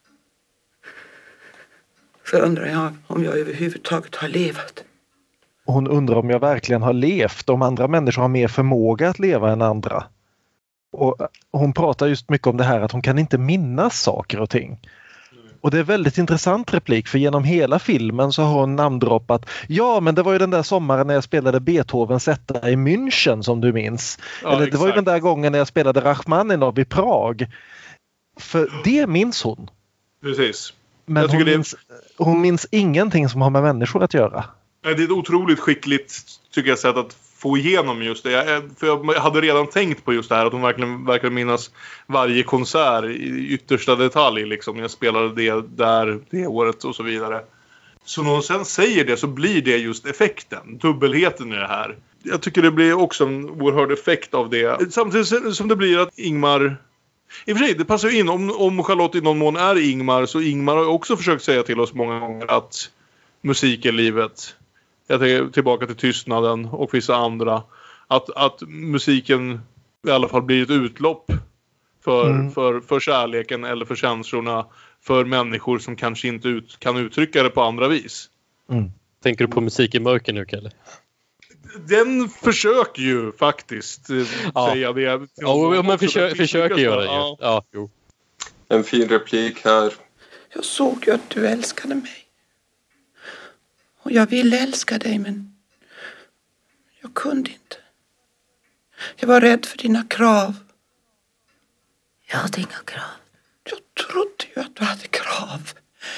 så undrar jag om jag överhuvudtaget har levat. Hon undrar om jag verkligen har levt, om andra människor har mer förmåga att leva än andra. Och hon pratar just mycket om det här att hon kan inte minnas saker och ting. Och det är väldigt intressant replik, för genom hela filmen så har hon namndroppat, ja men det var ju den där sommaren när jag spelade Beethovens etta i München som du minns. Ja, eller det var ju den där gången när jag spelade Rachmaninov i Prag. För det minns hon. Precis. Men hon minns ingenting som har med människor att göra. Det är ett otroligt skickligt, tycker jag, sätt att få igenom just det. För jag hade redan tänkt på just det här, att hon verkligen minnas varje konsert i yttersta detalj. Liksom. Jag spelade det där, det året och så vidare. Så när hon sen säger det så blir det just effekten, dubbelheten i det här. Jag tycker det blir också en oerhörd effekt av det. Samtidigt som det blir att Ingmar... I och för sig, det passar ju in. Om Charlotte i någon mån är Ingmar, så Ingmar har också försökt säga till oss många gånger att musik är livet. Jag tänker tillbaka till Tystnaden och vissa andra. Att musiken i alla fall blir ett utlopp för kärleken eller för känslorna för människor som kanske inte kan uttrycka det på andra vis. Tänker du på musik i mörker nu, Kalle? Den försöker ju faktiskt säga det. Ja, men försöker göra det. Ja. Ja, jo. En fin replik här. Jag såg ju att du älskade mig. Och jag ville älska dig, men jag kunde inte. Jag var rädd för dina krav. Jag hade inga krav. Jag trodde ju att du hade krav.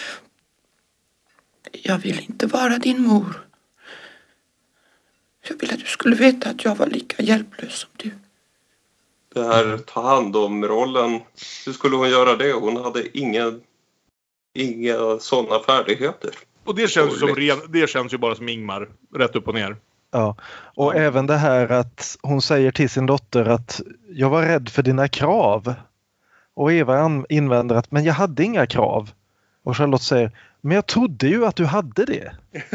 Jag vill inte vara din mor. Jag ville att du skulle veta att jag var lika hjälplös som du. Det här ta hand om rollen. Hur skulle hon göra det? Hon hade inga sådana färdigheter. Och det känns ju bara som Ingmar, rätt upp och ner. Ja, och även det här att hon säger till sin dotter att jag var rädd för dina krav. Och Eva invänder att men jag hade inga krav. Och Charlotte säger, men jag trodde ju att du hade det.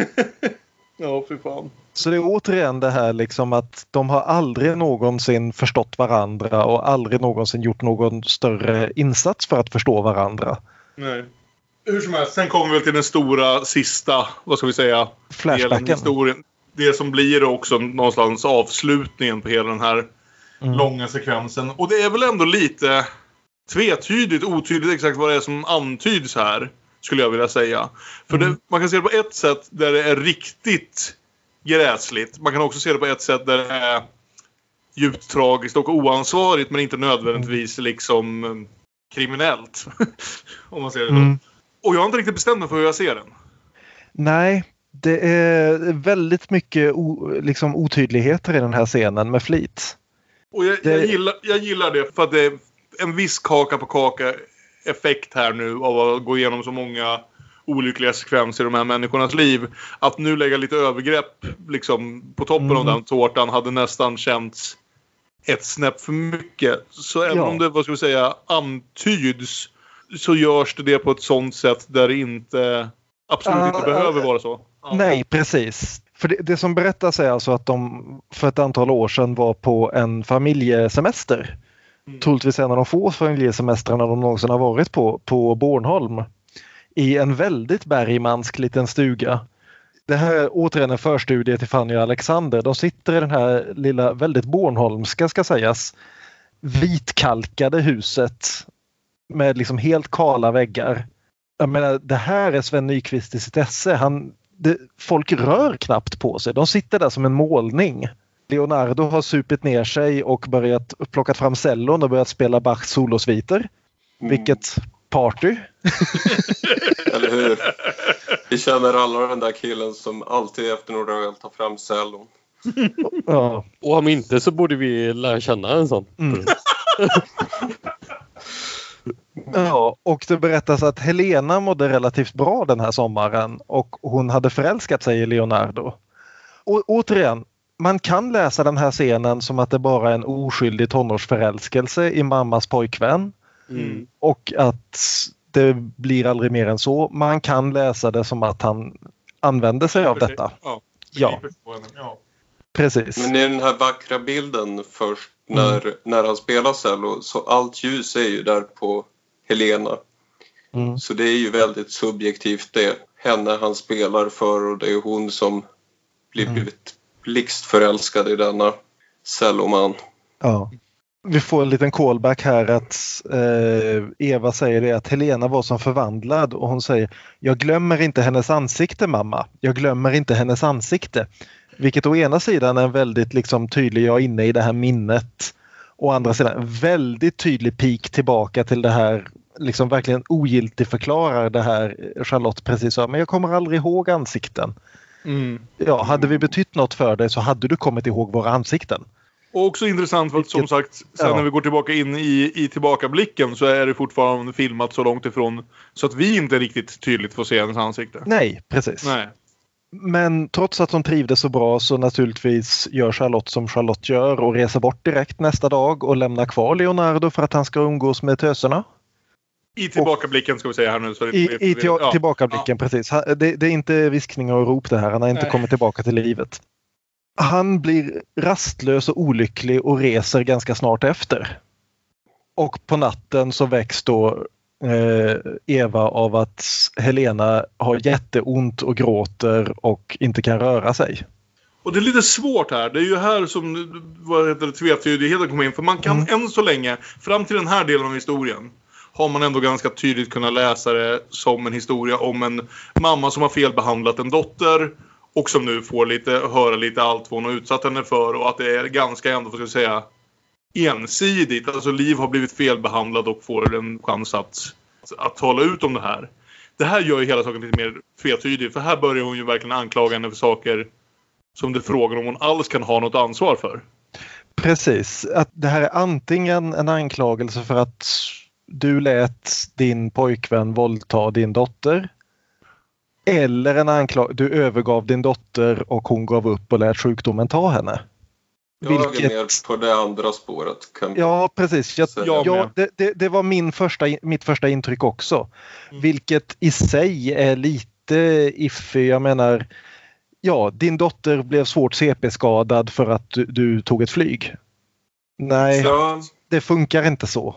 Ja, för fan. Så det är återigen det här liksom att de har aldrig någonsin förstått varandra och aldrig någonsin gjort någon större insats för att förstå varandra. Nej. Hur som helst, sen kommer vi till den stora sista, vad ska vi säga? Flashbacken. Historien. Det som blir också någonstans avslutningen på hela den här långa sekvensen. Och det är väl ändå lite tvetydigt, otydligt exakt vad det är som antyds här, skulle jag vilja säga. För man kan se det på ett sätt där det är riktigt gräsligt. Man kan också se det på ett sätt där det är djupt tragiskt och oansvarigt, men inte nödvändigtvis liksom kriminellt. Om man ser det så. Och jag har inte riktigt bestämt mig för hur jag ser den. Nej, det är väldigt mycket liksom otydligheter i den här scenen med flit. Och jag gillar det för att det är en viss kaka på kaka effekt här nu av att gå igenom så många olyckliga sekvenser i de här människornas liv. Att nu lägga lite övergrepp liksom på toppen av den tårtan hade nästan känts ett snäpp för mycket. Så även om det, vad ska vi säga, antyds, så görs det på ett sånt sätt där det inte absolut inte behöver vara så. Nej, precis. För det som berättas är alltså att de för ett antal år sedan var på en familjesemester. Troligtvis en av de få familjesemestrarna de någonsin har varit på Bornholm. I en väldigt bergmansk liten stuga. Det här är återigen en förstudie till Fanny och Alexander. De sitter i den här lilla, väldigt bornholmska ska sägas, vitkalkade huset med liksom helt kala väggar. Jag menar, det här är Sven Nykvist i sitt esse. Folk rör knappt på sig. De sitter där som en målning. Leonardo har supit ner sig och plockat fram cellon och börjat spela Bachs solosviter. Vilket party. Eller hur? Vi känner alla den där killen som alltid efter några öl tar fram cellon. Ja. Och om inte så borde vi lära känna en sån. Ja, och det berättas att Helena mådde relativt bra den här sommaren och hon hade förälskat sig i Leonardo. Och återigen, man kan läsa den här scenen som att det bara är en oskyldig tonårsförälskelse i mammas pojkvän. Och att det blir aldrig mer än så. Man kan läsa det som att han använder sig av detta. Ja. Precis. Men i den här vackra bilden först när han spelar cello, så allt ljus är ju där på Helena. Så det är ju väldigt subjektivt det. Henne han spelar för, och det är hon som blivit blixtförälskad i denna celloman. Ja. Vi får en liten callback här att Eva säger det att Helena var som förvandlad och hon säger jag glömmer inte hennes ansikte mamma. Jag glömmer inte hennes ansikte. Vilket å ena sidan är väldigt liksom tydlig, jag är inne i det här minnet. Å andra sidan väldigt tydlig pik tillbaka till det här, liksom verkligen ogiltigt förklarar det här Charlotte precis sa. Men jag kommer aldrig ihåg ansikten. Ja, hade vi betytt något för dig så hade du kommit ihåg våra ansikten. Och också intressant för att som sagt, sen när vi går tillbaka in i tillbakablicken så är det fortfarande filmat så långt ifrån så att vi inte riktigt tydligt får se hennes ansikte. Nej, precis. Nej. Men trots att de trivdes så bra så naturligtvis gör Charlotte som Charlotte gör och reser bort direkt nästa dag och lämnar kvar Leonardo för att han ska umgås med töserna. I tillbakablicken ska vi säga här nu. Så tillbakablicken, precis. Det är inte viskningar och rop det här. Han har inte kommit tillbaka till livet. Han blir rastlös och olycklig och reser ganska snart efter. Och på natten så väcks då Eva av att Helena har jätteont och gråter och inte kan röra sig. Och det är lite svårt här. Det är ju här som tvetydigheten kommer in. För man kan än så länge, fram till den här delen av historien, har man ändå ganska tydligt kunnat läsa det som en historia om en mamma som har felbehandlat en dotter. Och som nu får höra lite allt vad hon har utsatt henne för. Och att det är ganska ändå, för att säga, ensidigt. Alltså Liv har blivit felbehandlad och får en chans att tala ut om det här. Det här gör ju hela saken lite mer tvetydig. För här börjar hon ju verkligen anklaga henne för saker som det frågar om hon alls kan ha något ansvar för. Precis. Att det här är antingen en anklagelse för att du lät din pojkvän våldta din dotter. Eller en anklagelse, du övergav din dotter och hon gav upp och lät sjukdomen ta henne. Jag är mer på det andra spåret. Ja, precis. Det var mitt första intryck också. Vilket i sig är lite iffy. Jag menar, ja, din dotter blev svårt CP-skadad för att du tog ett flyg. Nej, det funkar inte så.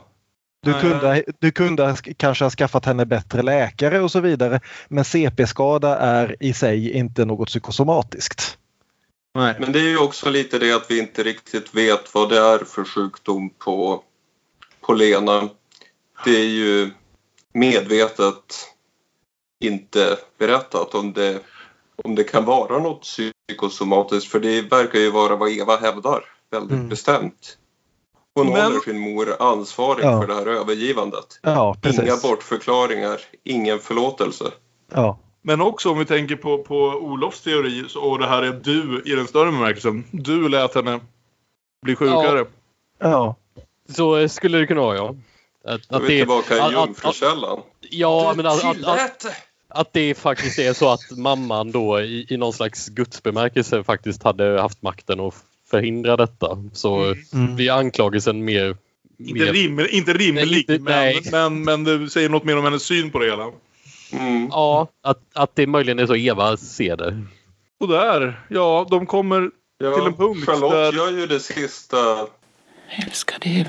Du kunde kanske ha skaffat henne bättre läkare och så vidare. Men CP-skada är i sig inte något psykosomatiskt. Nej. Men det är ju också lite det att vi inte riktigt vet vad det är för sjukdom på Lena. Det är ju medvetet inte berättat om det kan vara något psykosomatiskt. För det verkar ju vara vad Eva hävdar väldigt bestämt. Hon håller sin mor ansvarig för det här övergivandet. Ja, inga bortförklaringar, ingen förlåtelse. Ja. Men också om vi tänker på Olofs teori, och det här är du i den större bemärkelsen. Du lät henne bli sjukare. Ja. Så skulle det kunna vara, ja. Att vi är tillbaka i jungfrukällan. Ja, men att det faktiskt är så att mamman då i någon slags gudsbemärkelse faktiskt hade haft makten att förhindra detta. Så blir anklagelsen mer... Inte rimlig, men det säger något mer om hennes syn på det hela. Ja, att det möjligen är så Eva ser det. Och där, ja, de kommer till en punkt Charlotte gör ju det sista. Älskade Eva.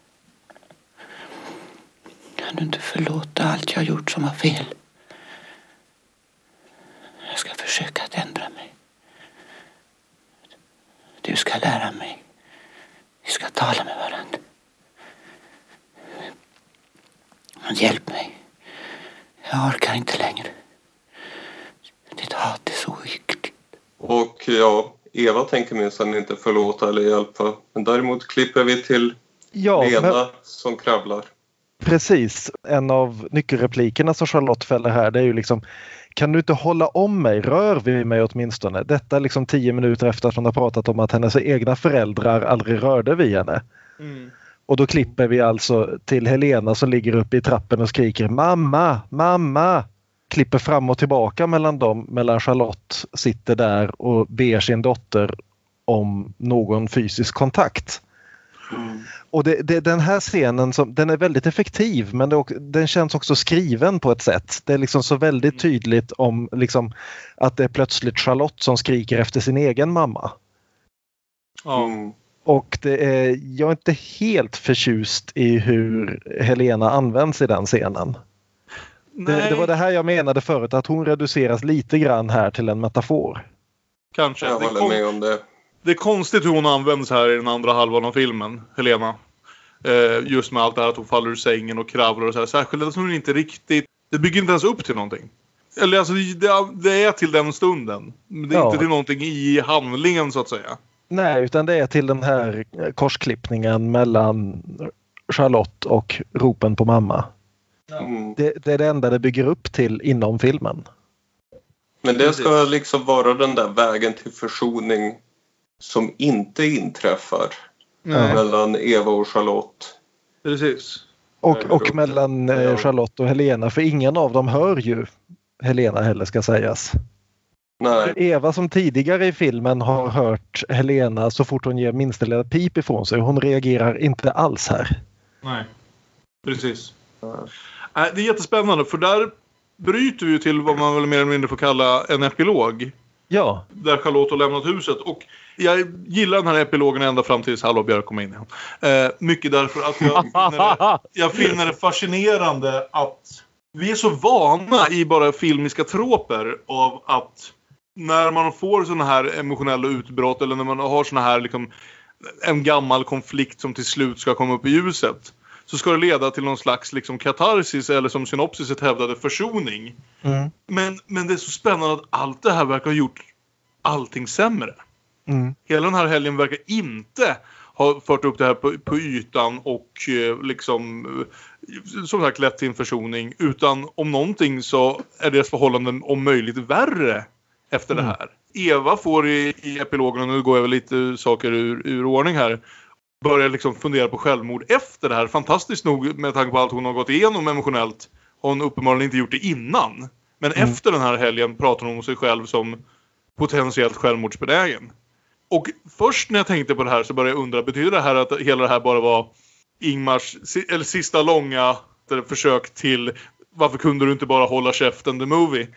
Kan du inte förlåta allt jag gjort som var fel? Jag ska försöka att ändra mig. Du ska lära mig. Vi ska tala med varandra. Hjälp mig. Jag orkar inte längre. Ditt hat är så yckligt. Och ja, Eva tänker minsann inte förlåta eller hjälpa. Men däremot klipper vi till Lena som kravlar. Precis. En av nyckelreplikerna som Charlotte fäller här, det är ju liksom: kan du inte hålla om mig? Rör vid mig åtminstone. Detta liksom 10 minuter efter att hon har pratat om att hennes egna föräldrar aldrig rörde vid henne. Och då klipper vi alltså till Helena som ligger uppe i trappen och skriker mamma, mamma. Klipper fram och tillbaka mellan dem, medan Charlotte sitter där och ber sin dotter om någon fysisk kontakt. Och den här scenen den är väldigt effektiv, men den känns också skriven på ett sätt. Det är liksom så väldigt tydligt om liksom, att det är plötsligt Charlotte som skriker efter sin egen mamma. Och jag är inte helt förtjust i hur Helena används i den scenen. Det var det här jag menade förut, att hon reduceras lite grann här till en metafor. Kanske. Jag håller med om det. Det är konstigt hur hon används här i den andra halvan av filmen, Helena. Just med allt det här att hon faller ur sängen och kravlar och så här. Särskilt som hon inte riktigt... Det bygger inte ens upp till någonting. Eller alltså, det är till den stunden. Men det är inte till någonting i handlingen så att säga. Nej, utan det är till den här korsklippningen mellan Charlotte och ropen på mamma. Det är det enda det bygger upp till inom filmen. Men det ska liksom vara den där vägen till försoning som inte inträffar mellan Eva och Charlotte. Precis. Och mellan Charlotte och Helena, för ingen av dem hör ju Helena heller, ska sägas. Nej. Eva som tidigare i filmen har hört Helena så fort hon ger minsta lilla pip ifrån sig. Hon reagerar inte alls här. Nej, precis. Det är jättespännande, för där bryter vi ju till vad man väl mer eller mindre får kalla en epilog. Ja. Där Charlotte har lämnat huset. Och jag gillar den här epilogen ända fram tills Hallå Björk kommer in igen. Mycket därför att jag finner det fascinerande att vi är så vana i bara filmiska troper av att när man får såna här emotionella utbrott eller när man har såna här liksom, en gammal konflikt som till slut ska komma upp i ljuset, så ska det leda till någon slags liksom katarsis eller som synopsiset hävdade försoning. Men det är så spännande att allt det här verkar ha gjort allting sämre. Hela den här helgen verkar inte ha fört upp det här på ytan och liksom som sagt lett till en försoning, utan om någonting så är deras förhållanden om möjligt värre efter det här. Eva får i epilogen, och nu går jag väl lite saker ur ordning här, börjar liksom fundera på självmord efter det här. Fantastiskt nog, med tanke på allt hon har gått igenom emotionellt, har hon uppenbarligen inte gjort det innan. Men efter den här helgen pratar hon om sig själv som potentiellt självmordsbenägen. Och först när jag tänkte på det här så började jag undra, betyder det här att hela det här bara var Ingmars sista långa försök till varför kunde du inte bara hålla käften the movie?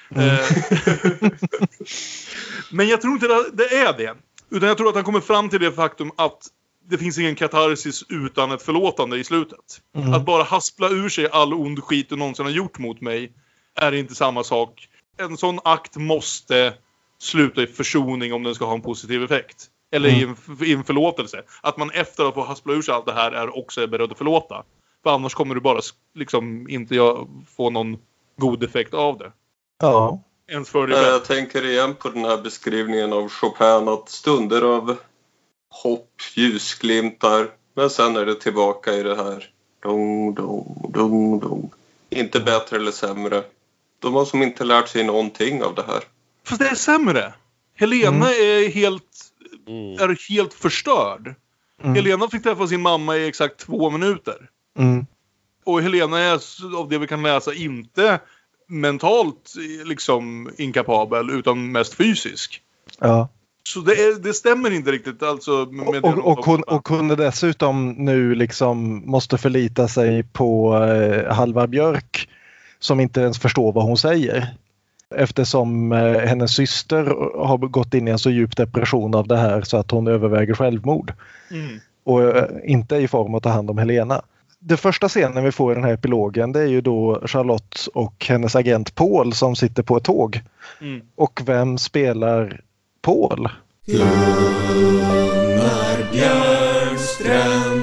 Men jag tror inte det är det. Utan jag tror att han kommer fram till det faktum att det finns ingen katarsis utan ett förlåtande i slutet. Att bara haspla ur sig all ond skit du någonsin har gjort mot mig är inte samma sak. En sån akt måste sluta i försoning om den ska ha en positiv effekt. Eller i en förlåtelse. Att man efter att få haspla ur sig allt det här är också beredd att förlåta. För annars kommer du bara liksom inte få någon god effekt av det. Ja. Ens för det. Jag tänker igen på den här beskrivningen av Chopin, att stunder av hopp, ljusglimtar, men sen är det tillbaka i det här dong, dong, dong, dong. Inte bättre eller sämre. De har som inte lärt sig någonting av det här. Fast det är sämre. Helena är helt förstörd. Helena fick träffa sin mamma i exakt 2 minuter. Och Helena är, av det vi kan läsa, inte mentalt liksom inkapabel utan mest fysisk. Ja. Så det stämmer inte riktigt alltså med och hon är dessutom nu liksom måste förlita sig på Halvar Björk som inte ens förstår vad hon säger. Eftersom hennes syster har gått in i en så djup depression av det här så att hon överväger självmord. Och inte i form att ta hand om Helena. Det första scenen vi får i den här epilogen, det är ju då Charlotte och hennes agent Paul som sitter på ett tåg. Och vem spelar Paul? Gunnar Björnstrand.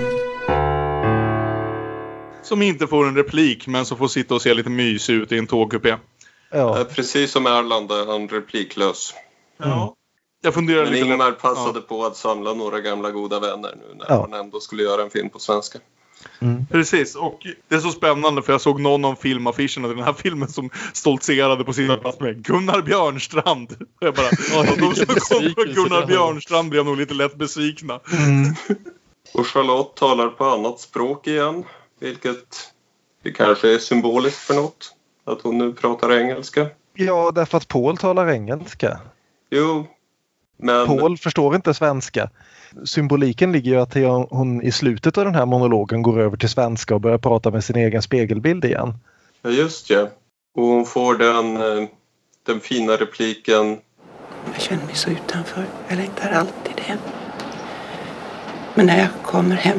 Som inte får en replik men som får sitta och se lite mysig ut i en tågkupé. Ja. Precis som Erland är han repliklös. Ja. Jag funderar men lite Ingmar passade på att samla några gamla goda vänner nu när han ändå skulle göra en film på svenska. Precis, och det är så spännande för jag såg någon av filmaffischerna till den här filmen som stoltserade på sina plats med Gunnar Björnstrand. Jag bara, de som kom på Gunnar Björnstrand blev nog lite lätt besvikna. Och Charlotte talar på annat språk igen, vilket det kanske är symboliskt för något. Att hon nu pratar engelska. Ja, därför att Paul talar engelska. Jo, men... Paul förstår inte svenska. Symboliken ligger ju att hon i slutet av den här monologen går över till svenska och börjar prata med sin egen spegelbild igen. Ja, just det. Och hon får den fina repliken. Jag känner mig så utanför. Jag längtar alltid hem. Men när jag kommer hem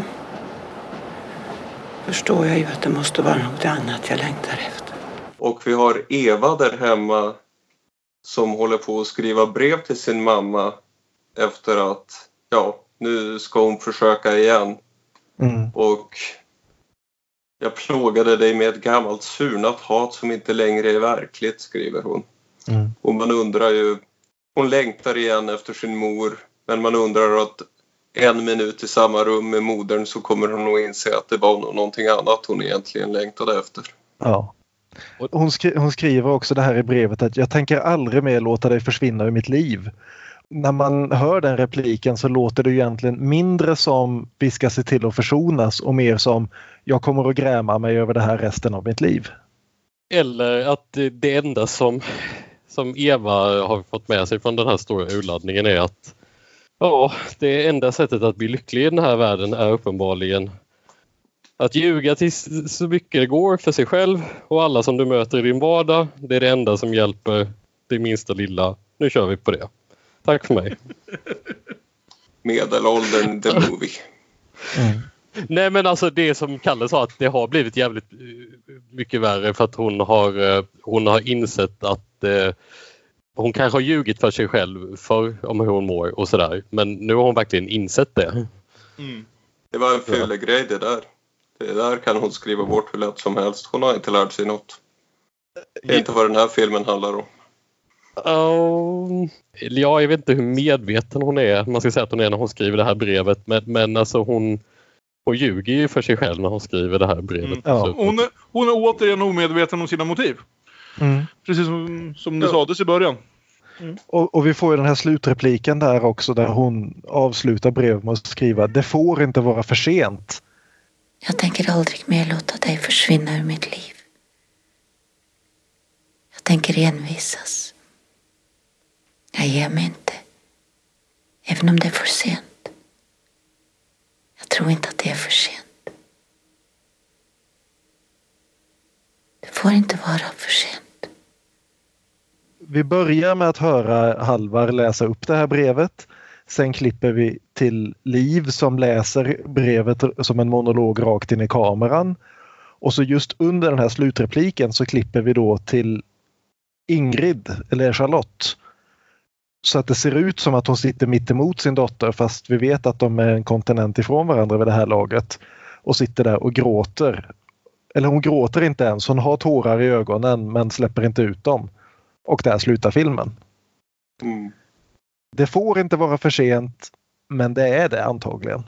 förstår jag ju att det måste vara något annat jag längtar efter. Och vi har Eva där hemma som håller på att skriva brev till sin mamma efter att, nu ska hon försöka igen. Och jag plågade dig med ett gammalt surnat hat som inte längre är verkligt, skriver hon. Och man undrar ju, hon längtar igen efter sin mor, men man undrar att 1 minut i samma rum med modern så kommer hon nog inse att det var någonting annat hon egentligen längtade efter. Ja. Hon skriver också det här i brevet att jag tänker aldrig mer låta dig försvinna ur mitt liv. När man hör den repliken så låter det egentligen mindre som vi ska se till att försonas och mer som jag kommer att gräma mig över det här resten av mitt liv. Eller att det enda som Eva har fått med sig från den här stora urladdningen är att det enda sättet att bli lycklig i den här världen är uppenbarligen att ljuga till så mycket det går för sig själv och alla som du möter i din vardag. Det är det enda som hjälper det minsta lilla. Nu kör vi på det. Tack för mig. Medelåldern, the movie. Nej, men alltså det som Kalle sa, att det har blivit jävligt mycket värre för att hon har insett att hon kanske har ljugit för sig själv för om hur hon mår och sådär. Men nu har hon verkligen insett det. Mm. Det var en fyllegrej det där. Det där kan hon skriva bort hur lätt som helst. Hon har inte lärt sig något. Det är inte vad den här filmen handlar om. Ja, jag vet inte hur medveten hon är. Man ska säga att hon är när hon skriver det här brevet. Men alltså hon ljuger ju för sig själv när hon skriver det här brevet. Ja. Hon är återigen omedveten om sina motiv. Precis som det sades i början. Och vi får ju den här slutrepliken där också, där hon avslutar brevet med att skriva: det får inte vara för sent. Jag tänker aldrig mer låta dig försvinna ur mitt liv. Jag tänker envisas. Jag ger mig inte. Även om det är för sent. Jag tror inte att det är för sent. Det får inte vara för sent. Vi börjar med att höra Halvar läsa upp det här brevet. Sen klipper vi till Liv som läser brevet som en monolog rakt in i kameran. Och så just under den här slutrepliken så klipper vi då till Ingrid, eller Charlotte. Så att det ser ut som att hon sitter mitt emot sin dotter, fast vi vet att de är en kontinent ifrån varandra vid det här laget. Och sitter där och gråter. Eller hon gråter inte ens, hon har tårar i ögonen men släpper inte ut dem. Och där slutar filmen. Det får inte vara för sent, men det är det antagligen.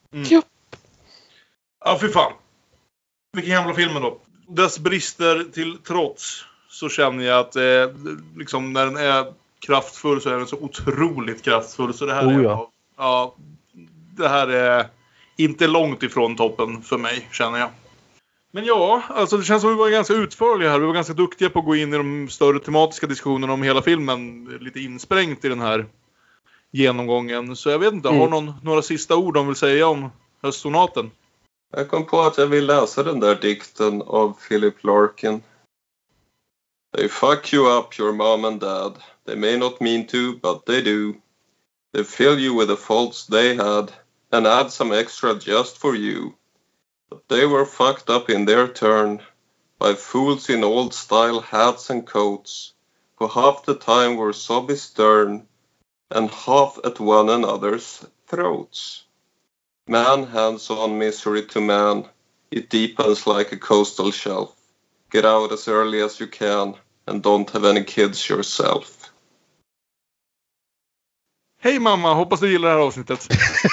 Ja, för fan. Vilken jävla film då. Dess brister till trots så känner jag att liksom, när den är kraftfull så är den så otroligt kraftfull. Så det här det här är inte långt ifrån toppen för mig, känner jag. Men ja, alltså det känns som att vi var ganska utförliga här. Vi var ganska duktiga på att gå in i de större tematiska diskussionerna om hela filmen. Lite insprängt i den här genomgången. Så jag vet inte, har några sista ord de vill säga om Höstsonaten? Jag kom på att jag vill läsa den där dikten av Philip Larkin. They fuck you up, your mom and dad. They may not mean to, but they do. They fill you with the faults they had and add some extra just for you. But they were fucked up in their turn by fools in old-style hats and coats who half the time were sobby stern and half at one another's throats. Man hands on misery to man, it deepens like a coastal shelf. Get out as early as you can and don't have any kids yourself. Hej mamma, hoppas du gillar det här avsnittet.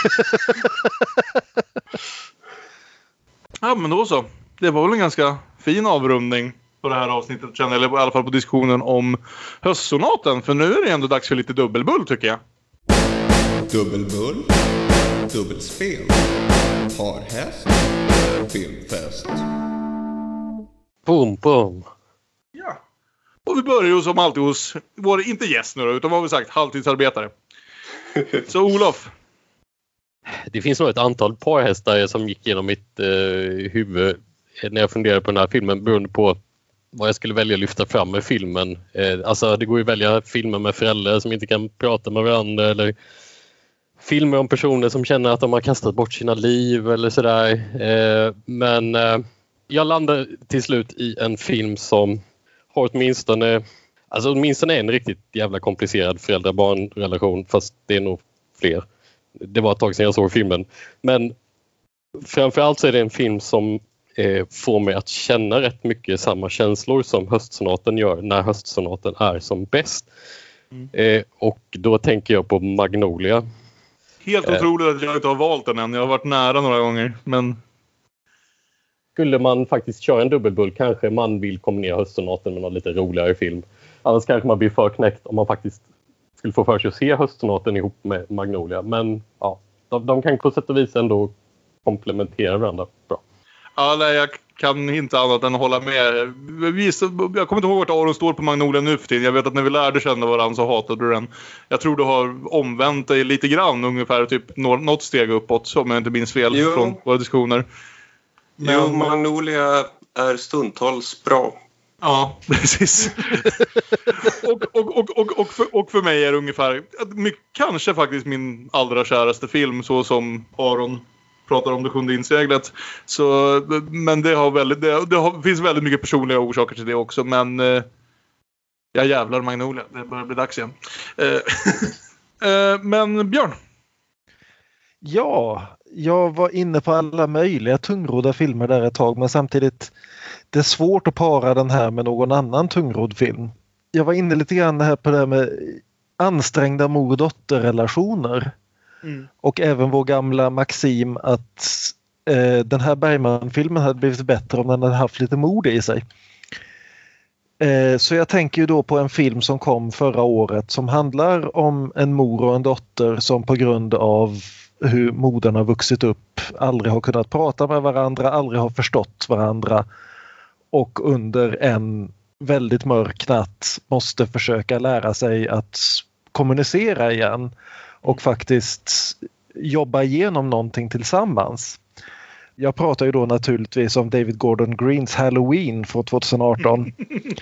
Ja, men då så. Det var väl en ganska fin avrundning på det här avsnittet, känner jag, eller i alla fall på diskussionen om Höstsonaten. För nu är det ändå dags för lite dubbelbull, tycker jag. Dubbelbull, dubbelspel, parhäst, filmfest. Boom, boom. Ja. Och vi börjar ju som alltid hos vår, inte gäst nu då, utan vad har vi sagt, halvtidsarbetare. Så Olof. Det finns nog ett antal parhästar som gick genom mitt huvud när jag funderade på den här filmen, beroende på vad jag skulle välja att lyfta fram med filmen. Alltså det går ju att välja filmer med föräldrar som inte kan prata med varandra, eller filmer om personer som känner att de har kastat bort sina liv eller sådär. Men jag landar till slut i en film som har åtminstone en riktigt jävla komplicerad föräldrar-barn-relation, fast det är nog fler. Det var ett tag sedan jag såg filmen. Men framförallt så är det en film som får mig att känna rätt mycket samma känslor som Höstsonaten gör när Höstsonaten är som bäst. Och då tänker jag på Magnolia. Helt otroligt att jag inte har valt den än. Jag har varit nära några gånger, men... Skulle man faktiskt köra en dubbelbull, kanske man vill kombinera Höstsonaten med någon lite roligare film. Annars kanske man blir för knäckt om man faktiskt skulle få för sig att se Höstsonaten ihop med Magnolia. Men ja, de kan på sätt och vis ändå komplementera varandra bra. Ja, nej, jag kan inte annat än hålla med. Jag kommer inte ihåg vart Aron står på Magnolia nu för tiden. Jag vet att när vi lärde känna varandra så hatade du den. Jag tror du har omvänt dig lite grann, ungefär typ något steg uppåt, om jag inte minns fel från våra diskussioner. Men... Jo, Magnolia är stundtals bra. Ja, precis. och för mig är det ungefär kanske faktiskt min allra käraste film, så som Aron pratar om Det sjunde inseglet. Så, men det finns väldigt mycket personliga orsaker till det också, men Jag jävlar Magnolia, det börjar bli dags igen. Men Björn? Ja, jag var inne på alla möjliga tungrodda filmer där ett tag, men samtidigt det är svårt att para den här med någon annan tungrodd film. Jag var inne lite grann här på det här med ansträngda mor- och dotterrelationer. Och även vår gamla maxim att den här Bergman-filmen hade blivit bättre om den hade haft lite mod i sig. Så jag tänker ju då på en film som kom förra året som handlar om en mor och en dotter som på grund av hur modern har vuxit upp aldrig har kunnat prata med varandra, aldrig har förstått varandra och under en väldigt mörk natt måste försöka lära sig att kommunicera igen och faktiskt jobba igenom någonting tillsammans. Jag pratar ju då naturligtvis om David Gordon Greens Halloween från 2018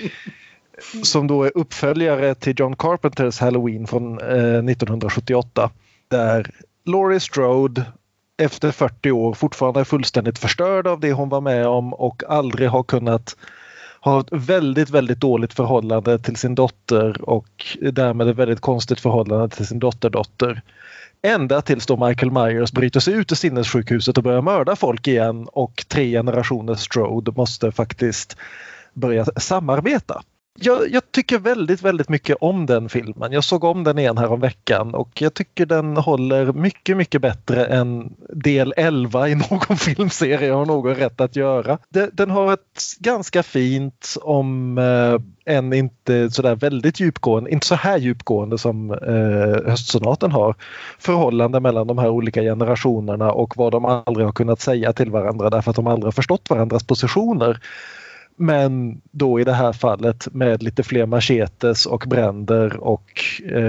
som då är uppföljare till John Carpenters Halloween från 1978 där Laurie Strode efter 40 år fortfarande är fullständigt förstörd av det hon var med om och aldrig har kunnat ha ett väldigt, väldigt dåligt förhållande till sin dotter och därmed ett väldigt konstigt förhållande till sin dotterdotter. Ända tills då Michael Myers bryter sig ut ur sinnessjukhuset och börjar mörda folk igen och 3 generationer Strode måste faktiskt börja samarbeta. Jag tycker väldigt, väldigt mycket om den filmen. Jag såg om den igen här om veckan och jag tycker den håller mycket, mycket bättre än del 11 i någon filmserie har någon rätt att göra. Den har ett ganska fint, om än inte sådär väldigt djupgående, inte så här djupgående som Höstsonaten har, förhållande mellan de här olika generationerna och vad de aldrig har kunnat säga till varandra därför att de aldrig har förstått varandras positioner. Men då i det här fallet med lite fler machetes och bränder och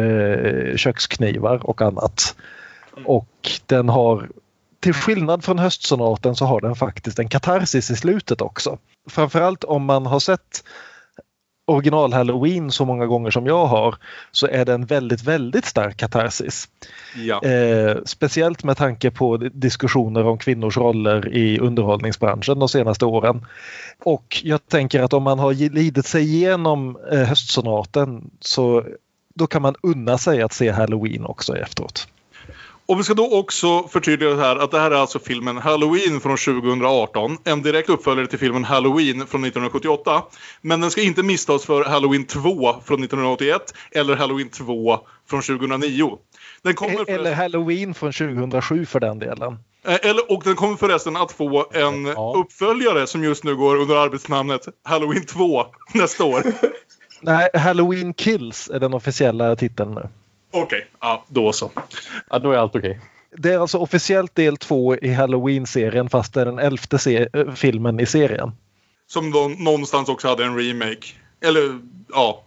köksknivar och annat. Och den har, till skillnad från Höstsonaten så har den faktiskt en katarsis i slutet också. Framförallt om man har sett original Halloween så många gånger som jag har så är det en väldigt, väldigt stark katarsis. Ja. Speciellt med tanke på diskussioner om kvinnors roller i underhållningsbranschen de senaste åren. Och jag tänker att om man har lidit sig igenom Höstsonaten så då kan man unna sig att se Halloween också efteråt. Och vi ska då också förtydliga det här att det här är alltså filmen Halloween från 2018. En direkt uppföljare till filmen Halloween från 1978. Men den ska inte misstas för Halloween 2 från 1981 eller Halloween 2 från 2009. Den kommer eller Halloween från 2007 för den delen. Och den kommer förresten att få en uppföljare som just nu går under arbetsnamnet Halloween 2 nästa år. Nej, Halloween Kills är den officiella titeln nu. Okej, ja, då så. Ja, då är allt okej. Det är alltså officiellt del 2 i Halloween-serien fast det är den 11:e filmen i serien. Som då någonstans också hade en remake. Eller, ja.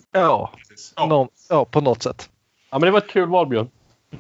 Ja, på något sätt. Ja, men det var ett kul val, Björn.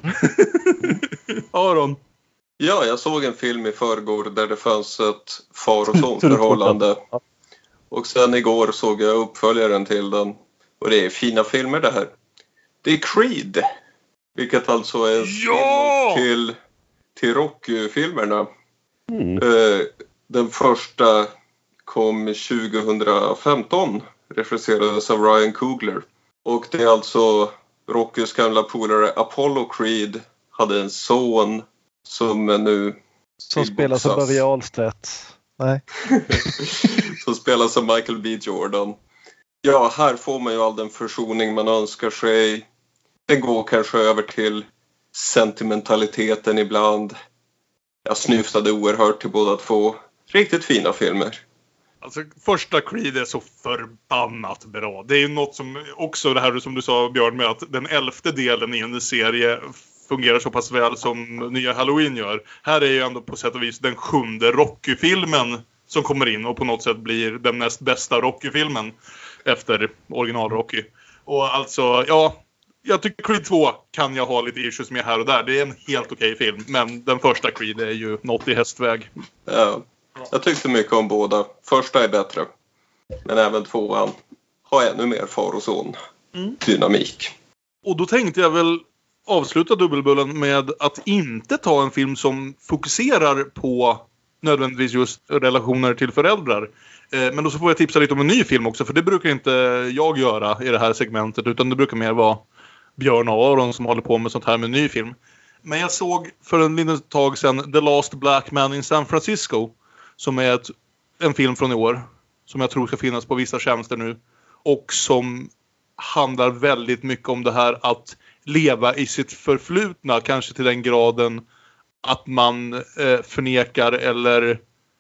Aron. Ja, jag såg en film i förrgår där det fanns ett far- och sonförhållande. Och sen igår såg jag uppföljaren till den. Och det är fina filmer det här. Det är Creed. Vilket alltså är till Rocky-filmerna. Den första kom 2015. Regisserades av Ryan Coogler. Och det är alltså Rockys gamla polare Apollo Creed hade en son som nu som spelas av Börje Ahlstedt. Nej. Som spelas av Michael B. Jordan. Ja, här får man ju all den försoning man önskar sig. Den går kanske över till sentimentaliteten ibland. Jag snyftade oerhört till båda två. Riktigt fina filmer. Alltså första Creed är så förbannat bra. Det är ju något som också det här som du sa Björn med att den 11:e delen i en serie fungerar så pass väl som nya Halloween gör. Här är ju ändå på sätt och vis den 7:e Rocky-filmen som kommer in och på något sätt blir den näst bästa Rocky-filmen efter original Rocky. Och alltså, ja, jag tycker Creed 2 kan jag ha lite issues med här och där. Det är en helt okej film, men den första Creed är ju något i hästväg. Ja, jag tyckte mycket om båda. Första är bättre, men även tvåan har ännu mer far och son dynamik. Och då tänkte jag väl avsluta dubbelbullen med att inte ta en film som fokuserar på nödvändigtvis just relationer till föräldrar. Men då så får jag tipsa lite om en ny film också, för det brukar inte jag göra i det här segmentet, utan det brukar mer vara Björn Aron som håller på med sånt här med ny film. Men jag såg för en liten tag sedan The Last Black Man in San Francisco, som är en film från i år som jag tror ska finnas på vissa tjänster nu, och som handlar väldigt mycket om det här att leva i sitt förflutna, kanske till den graden att man förnekar eller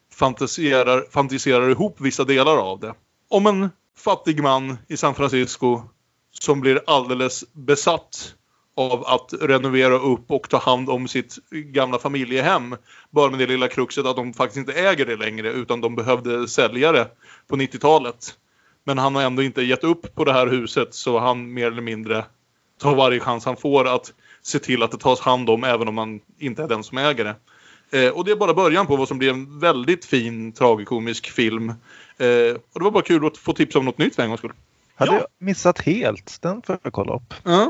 fantiserar ihop vissa delar av det. Om en fattig man i San Francisco som blir alldeles besatt av att renovera upp och ta hand om sitt gamla familjehem, bara med det lilla kruxet att de faktiskt inte äger det längre, utan de behövde sälja det på 90-talet. Men han har ändå inte gett upp på det här huset, så han mer eller mindre tar varje chans han får att se till att det tas hand om, även om man inte är den som äger det. Och det är bara början på vad som blir en väldigt fin tragikomisk film. Och det var bara kul att få tips om något nytt för en gångs skull. Hade jag missat helt. Den får jag kolla upp. Ja.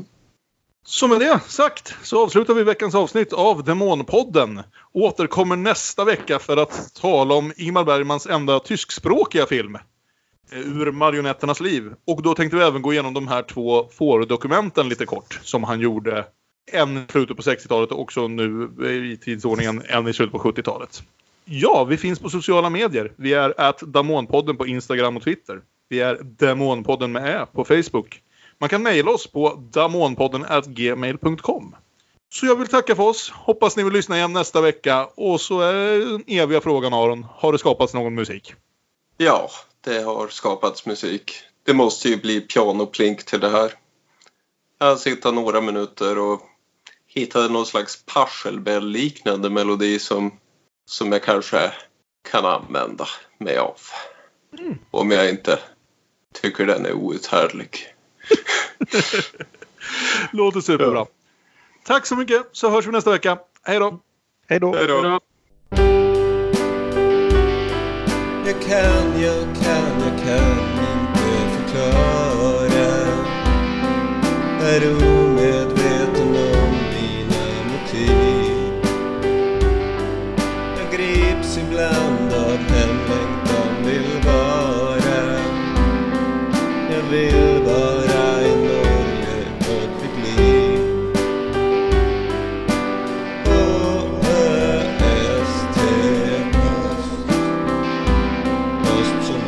Så med det sagt så avslutar vi veckans avsnitt av Demonpodden. Återkommer nästa vecka för att tala om Ingmar Bergmans enda tyskspråkiga film, Ur marionetternas liv. Och då tänkte vi även gå igenom de här 2 Fårö-dokumenten lite kort, som han gjorde en i slutet på 60-talet och också nu i tidsordningen en i slutet på 70-talet. Ja, vi finns på sociala medier. Vi är @Demonpodden på Instagram och Twitter. Vi är Demonpodden med Ä på Facebook. Man kan mejla oss på demonpodden@gmail.com. Så jag vill tacka för oss. Hoppas ni vill lyssna igen nästa vecka. Och så är den eviga frågan, Aron. Har det skapats någon musik? Ja, det har skapats musik. Det måste ju bli pianoplink till det här. Jag sitter några minuter och hittade någon slags Pachelbel-liknande melodi som jag kanske kan använda mig av. Om jag inte tycker den är outhärdlig. Låter superbra. Tack så mycket, så hörs vi nästa vecka. Hej då. Hej då. Hej då. Jag kan inte förklara. Är omedveten om mina motiv. Jag grips ibland av hemlängtan, vill vara. Jag vill vara i Norge och mitt liv. OÖST Öst som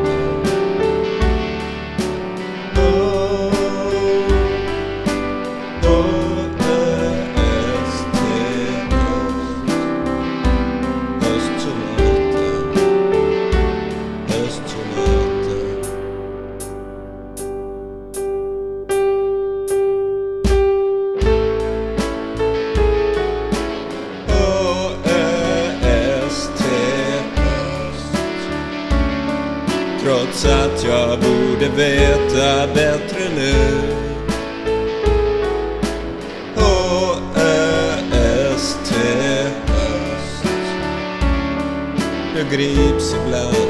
trots att jag borde veta bättre nu. OÖST Öst. Jag grips ibland